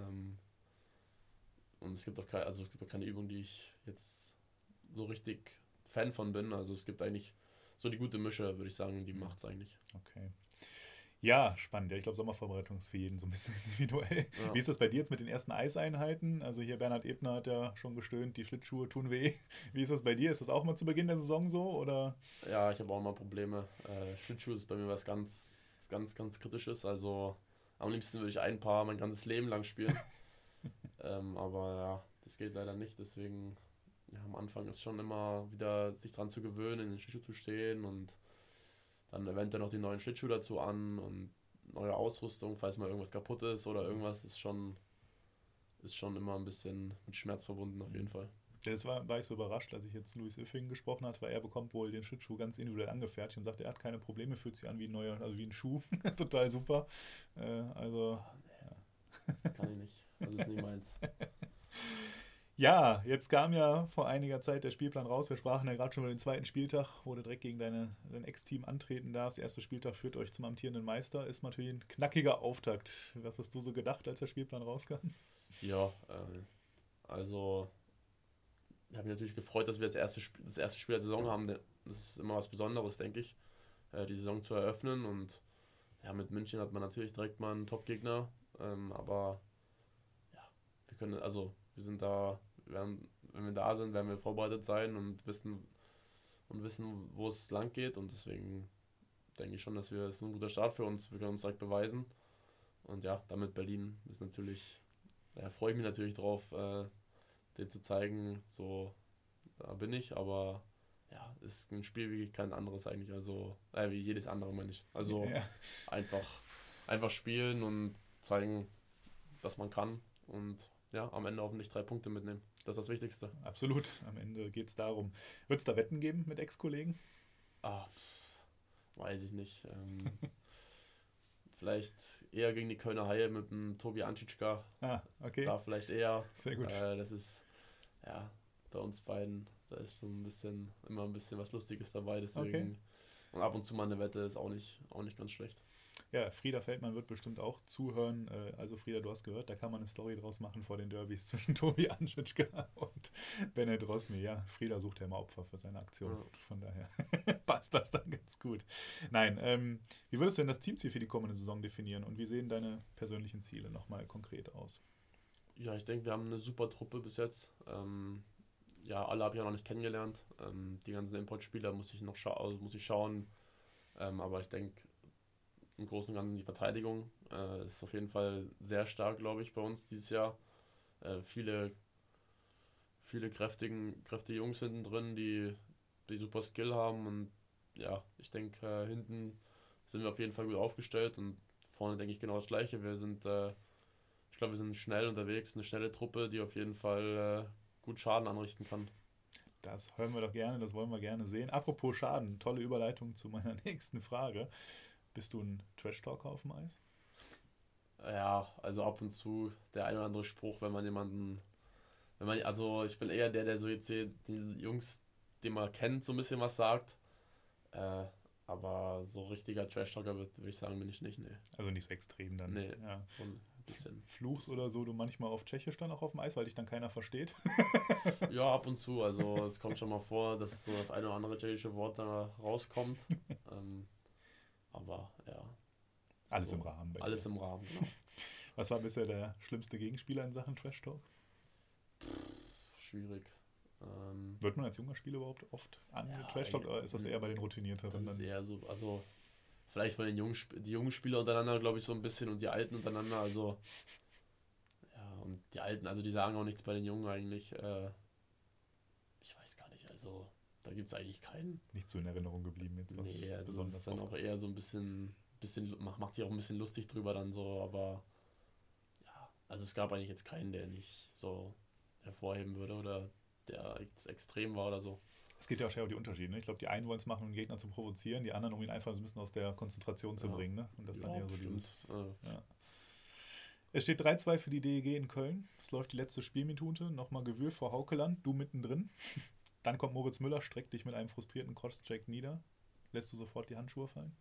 Und es gibt auch keine Übung, die ich jetzt so richtig Fan von bin. Also es gibt eigentlich so die gute Mische, würde ich sagen, die macht es eigentlich. Okay. Ja, spannend. Ja, ich glaube, Sommervorbereitung ist für jeden so ein bisschen individuell. Ja. Wie ist das bei dir jetzt mit den ersten Eiseinheiten? Also hier Bernhard Ebner hat ja schon gestöhnt, die Schlittschuhe tun weh. Wie ist das bei dir? Ist das auch mal zu Beginn der Saison so? Oder? Ja, ich habe auch mal Probleme. Schlittschuhe ist bei mir was ganz, ganz, ganz Kritisches. Also am liebsten würde ich ein Paar mein ganzes Leben lang spielen. Aber ja, das geht leider nicht. Deswegen, ja, am Anfang ist schon immer wieder sich dran zu gewöhnen, in den Schlittschuh zu stehen und dann eventuell noch die neuen Schlittschuhe dazu an und neue Ausrüstung, falls mal irgendwas kaputt ist oder irgendwas, ist schon immer ein bisschen mit Schmerz verbunden auf jeden Fall. Ja, das war ich so überrascht, als ich jetzt Louis Oeffing gesprochen hat, weil er bekommt wohl den Schlittschuh ganz individuell angefertigt und sagt, er hat keine Probleme, fühlt sich an wie ein neuer, also wie ein Schuh. Total super. Also Kann ich nicht. Also ist nicht meins. ja, jetzt kam ja vor einiger Zeit der Spielplan raus. Wir sprachen ja gerade schon über den zweiten Spieltag, wo du direkt gegen dein Ex-Team antreten darfst. Der erste Spieltag führt euch zum amtierenden Meister. Ist natürlich ein knackiger Auftakt. Was hast du so gedacht, als der Spielplan rauskam? Ja, also ich habe mich natürlich gefreut, dass wir das erste Spiel der Saison haben. Das ist immer was Besonderes, denke ich, die Saison zu eröffnen. Und ja, mit München hat man natürlich direkt mal einen Top-Gegner. Aber ja, wir sind da, wenn wir da sind, werden wir vorbereitet sein und wissen, wo es lang geht. Und deswegen denke ich schon, dass es ein guter Start für uns. Wir können uns direkt beweisen. Und ja, damit Berlin ist natürlich, da freue ich mich natürlich drauf, den zu zeigen, so, da bin ich, aber ja, ist ein Spiel wie kein anderes eigentlich, also, wie jedes andere, meine ich. Also Ja. einfach spielen und zeigen, dass man kann und ja, am Ende hoffentlich 3 Punkte mitnehmen. Das ist das Wichtigste. Absolut. Am Ende geht es darum. Wird es da Wetten geben mit Ex-Kollegen? Ah, weiß ich nicht. Vielleicht eher gegen die Kölner Haie mit dem Tobi Antschitschka. Ah, okay. Da vielleicht eher. Sehr gut. Das ist, ja, bei uns beiden, da ist so immer ein bisschen was Lustiges dabei, deswegen. Okay. Und ab und zu mal eine Wette ist auch nicht ganz schlecht. Ja, Frieda Feldmann wird bestimmt auch zuhören. Also Frieda, du hast gehört, da kann man eine Story draus machen vor den Derbys zwischen Tobi Antschitschka und Bennett Rosmi. Ja, Frieda sucht ja immer Opfer für seine Aktion. Ja. Von daher passt das dann ganz gut. Nein, wie würdest du denn das Teamziel für die kommende Saison definieren und wie sehen deine persönlichen Ziele nochmal konkret aus? Ja, ich denke, wir haben eine super Truppe bis jetzt. Ja, alle habe ich ja noch nicht kennengelernt. Die ganzen Importspieler muss ich schauen. Aber ich denke, im Großen und Ganzen die Verteidigung ist auf jeden Fall sehr stark, glaube ich, bei uns dieses Jahr. Viele kräftige Jungs hinten drin, die super Skill haben und ja, ich denke, hinten sind wir auf jeden Fall gut aufgestellt und vorne denke ich genau das Gleiche. Ich glaube, wir sind schnell unterwegs, eine schnelle Truppe, die auf jeden Fall gut Schaden anrichten kann. Das hören wir doch gerne, das wollen wir gerne sehen. Apropos Schaden, tolle Überleitung zu meiner nächsten Frage. Bist du ein Trash-Talker auf dem Eis? Ja, also ab und zu der ein oder andere Spruch, also ich bin eher der so jetzt hier die Jungs, die man kennt, so ein bisschen was sagt. Aber so richtiger Trash-Talker würde ich sagen, bin ich nicht, nee. Also nicht so extrem dann. Nee, Ja. schon ein bisschen. Fluchst oder so, du manchmal auf Tschechisch dann auch auf dem Eis, weil dich dann keiner versteht? Ja, ab und zu, also es kommt schon mal vor, dass so das eine oder andere tschechische Wort da rauskommt. Aber ja. Alles so, im Rahmen. Bei Alles dir. im Rahmen, genau. Was war bisher der schlimmste Gegenspieler in Sachen Trash Talk? Schwierig. Wird man als junger Spieler überhaupt oft Trash Talk oder ist das eher bei den Routinierteren? Das ist Dann? eher so, also vielleicht von den die jungen Spieler untereinander, glaube ich, so ein bisschen und die Alten untereinander, also ja, und die Alten, also die sagen auch nichts bei den Jungen eigentlich. Ich weiß gar nicht, also da gibt es eigentlich keinen. Nicht so in Erinnerung geblieben jetzt, was Nee, also das besonders ist dann auch eher so ein bisschen macht sich auch ein bisschen lustig drüber dann so, aber ja, also es gab eigentlich jetzt keinen, der nicht so hervorheben würde oder der extrem war oder so. Es geht ja auch schnell um die Unterschiede. Ne? Ich glaube, die einen wollen es machen, um den Gegner zu provozieren, die anderen, um ihn einfach so ein bisschen aus der Konzentration zu bringen. Ne? Und das ist dann eher so bestimmt. dieses. Ja. Es steht 3-2 für die DEG in Köln. Es läuft die letzte Spielminute. Nochmal Gewühl vor Haukeland, du mittendrin. Dann kommt Moritz Müller, streckt dich mit einem frustrierten Crosscheck nieder. Lässt du sofort die Handschuhe fallen?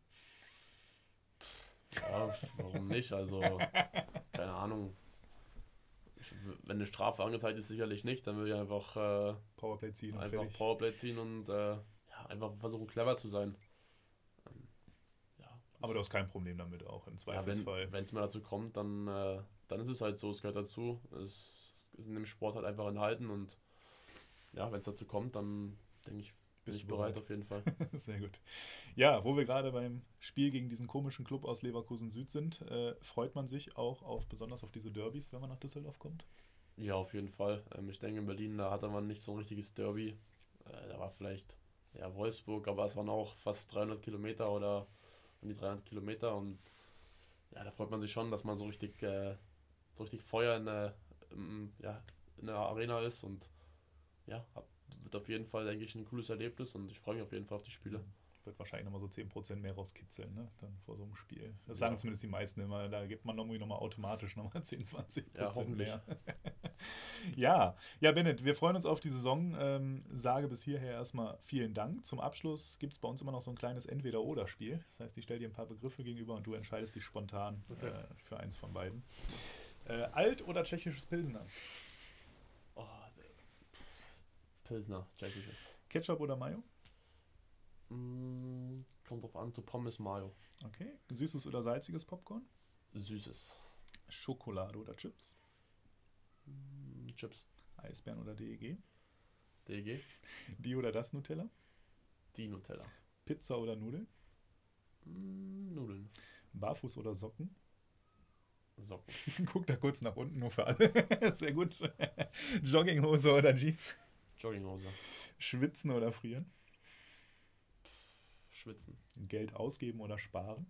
Ja, warum nicht? Also, keine Ahnung. Wenn eine Strafe angezeigt ist, sicherlich nicht. Dann würde ich einfach Powerplay ziehen und fertig. Powerplay ziehen und ja, einfach versuchen, clever zu sein. Ja, Aber du hast kein Problem damit auch im Zweifelsfall. Ja, wenn es mal dazu kommt, dann ist es halt so, es gehört dazu. Es ist in dem Sport halt einfach enthalten und ja, wenn es dazu kommt, dann denke ich, bin ich bereit auf jeden Fall. Sehr gut. Ja, wo wir gerade beim Spiel gegen diesen komischen Club aus Leverkusen Süd sind, freut man sich auch besonders auf diese Derbys, wenn man nach Düsseldorf kommt? Ja, auf jeden Fall. Ich denke, in Berlin, da hatte man nicht so ein richtiges Derby. Da war vielleicht Wolfsburg, aber es waren auch fast 300 Kilometer oder um die 300 Kilometer und ja, da freut man sich schon, dass man so richtig Feuer in der Arena ist und ja, wird auf jeden Fall, denke ich, ein cooles Erlebnis und ich freue mich auf jeden Fall auf die Spiele. Wird wahrscheinlich nochmal so 10% mehr rauskitzeln, ne? Dann vor so einem Spiel. Das sagen zumindest die meisten immer, da gibt man nochmal automatisch nochmal 10-20% mehr. Ja, Bennett, wir freuen uns auf die Saison. Sage bis hierher erstmal vielen Dank. Zum Abschluss gibt es bei uns immer noch so ein kleines Entweder-Oder-Spiel. Das heißt, ich stelle dir ein paar Begriffe gegenüber und du entscheidest dich spontan für eins von beiden. Alt oder tschechisches Pilsner? Oh, Pilsner, tschechisches. Ketchup oder Mayo? Kommt drauf an, zu Pommes Mayo. Okay. Süßes oder salziges Popcorn? Süßes. Schokolade oder Chips? Chips. Eisbären oder DEG? DEG. Die oder das Nutella? Die Nutella. Pizza oder Nudeln? Nudeln. Barfuß oder Socken? Socken. Guck da kurz nach unten, nur für alle. Sehr gut. Jogginghose oder Jeans? Jogginghose. Schwitzen oder frieren? Schwitzen. Geld ausgeben oder sparen?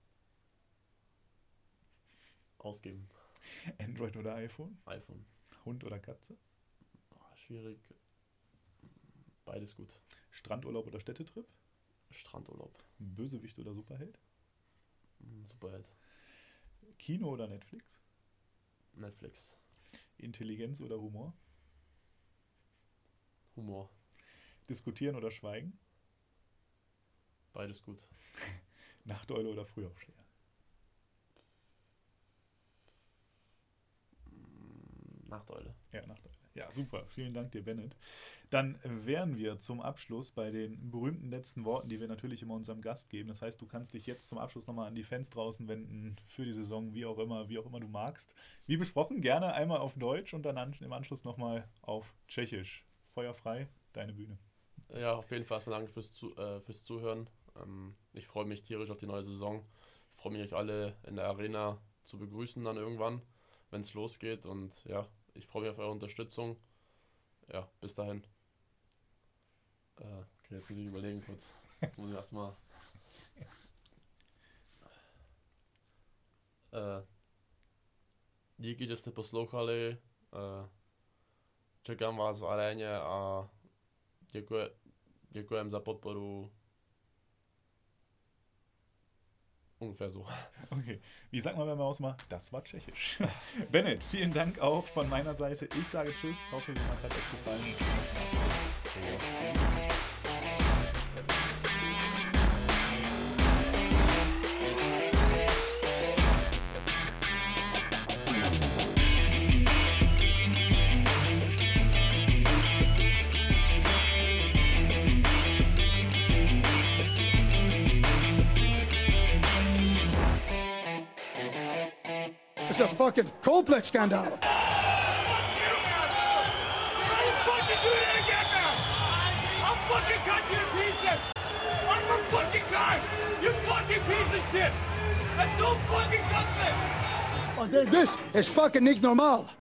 Ausgeben. Android oder iPhone? iPhone. Hund oder Katze? Schwierig. Beides gut. Strandurlaub oder Städtetrip? Strandurlaub. Bösewicht oder Superheld? Superheld. Kino oder Netflix? Netflix. Intelligenz oder Humor? Humor. Diskutieren oder schweigen? Beides gut. Nachteule oder Frühaufsteher? Nachteule. Ja, Nachteule. Ja, super. Vielen Dank dir, Bennett. Dann wären wir zum Abschluss bei den berühmten letzten Worten, die wir natürlich immer unserem Gast geben. Das heißt, du kannst dich jetzt zum Abschluss nochmal an die Fans draußen wenden für die Saison, wie auch immer du magst. Wie besprochen, gerne einmal auf Deutsch und dann im Anschluss nochmal auf Tschechisch. Feuer frei, deine Bühne. Ja, auf jeden Fall erstmal danke fürs Zuhören. Ich freue mich tierisch auf die neue Saison. Ich freue mich, euch alle in der Arena zu begrüßen dann irgendwann, wenn es losgeht. Und ja, ich freue mich auf eure Unterstützung. Ja, bis dahin. Okay, jetzt muss ich überlegen kurz. Jetzt muss ich erstmal. Díky, že jste poslouchali. Čekám vás v aréně a děkujem za podporu. Ungefähr so. Okay, wie sagt man beim Ausmachen? Das war Tschechisch. Bennett, vielen Dank auch von meiner Seite. Ich sage Tschüss, hoffe, es hat euch gefallen. It's a fucking Coldplay-Skandal. How you fucking do that again now? I'll fucking cut you to pieces. One more fucking time. You fucking piece of shit. That's so fucking gutless. Und this is fucking nicht normal.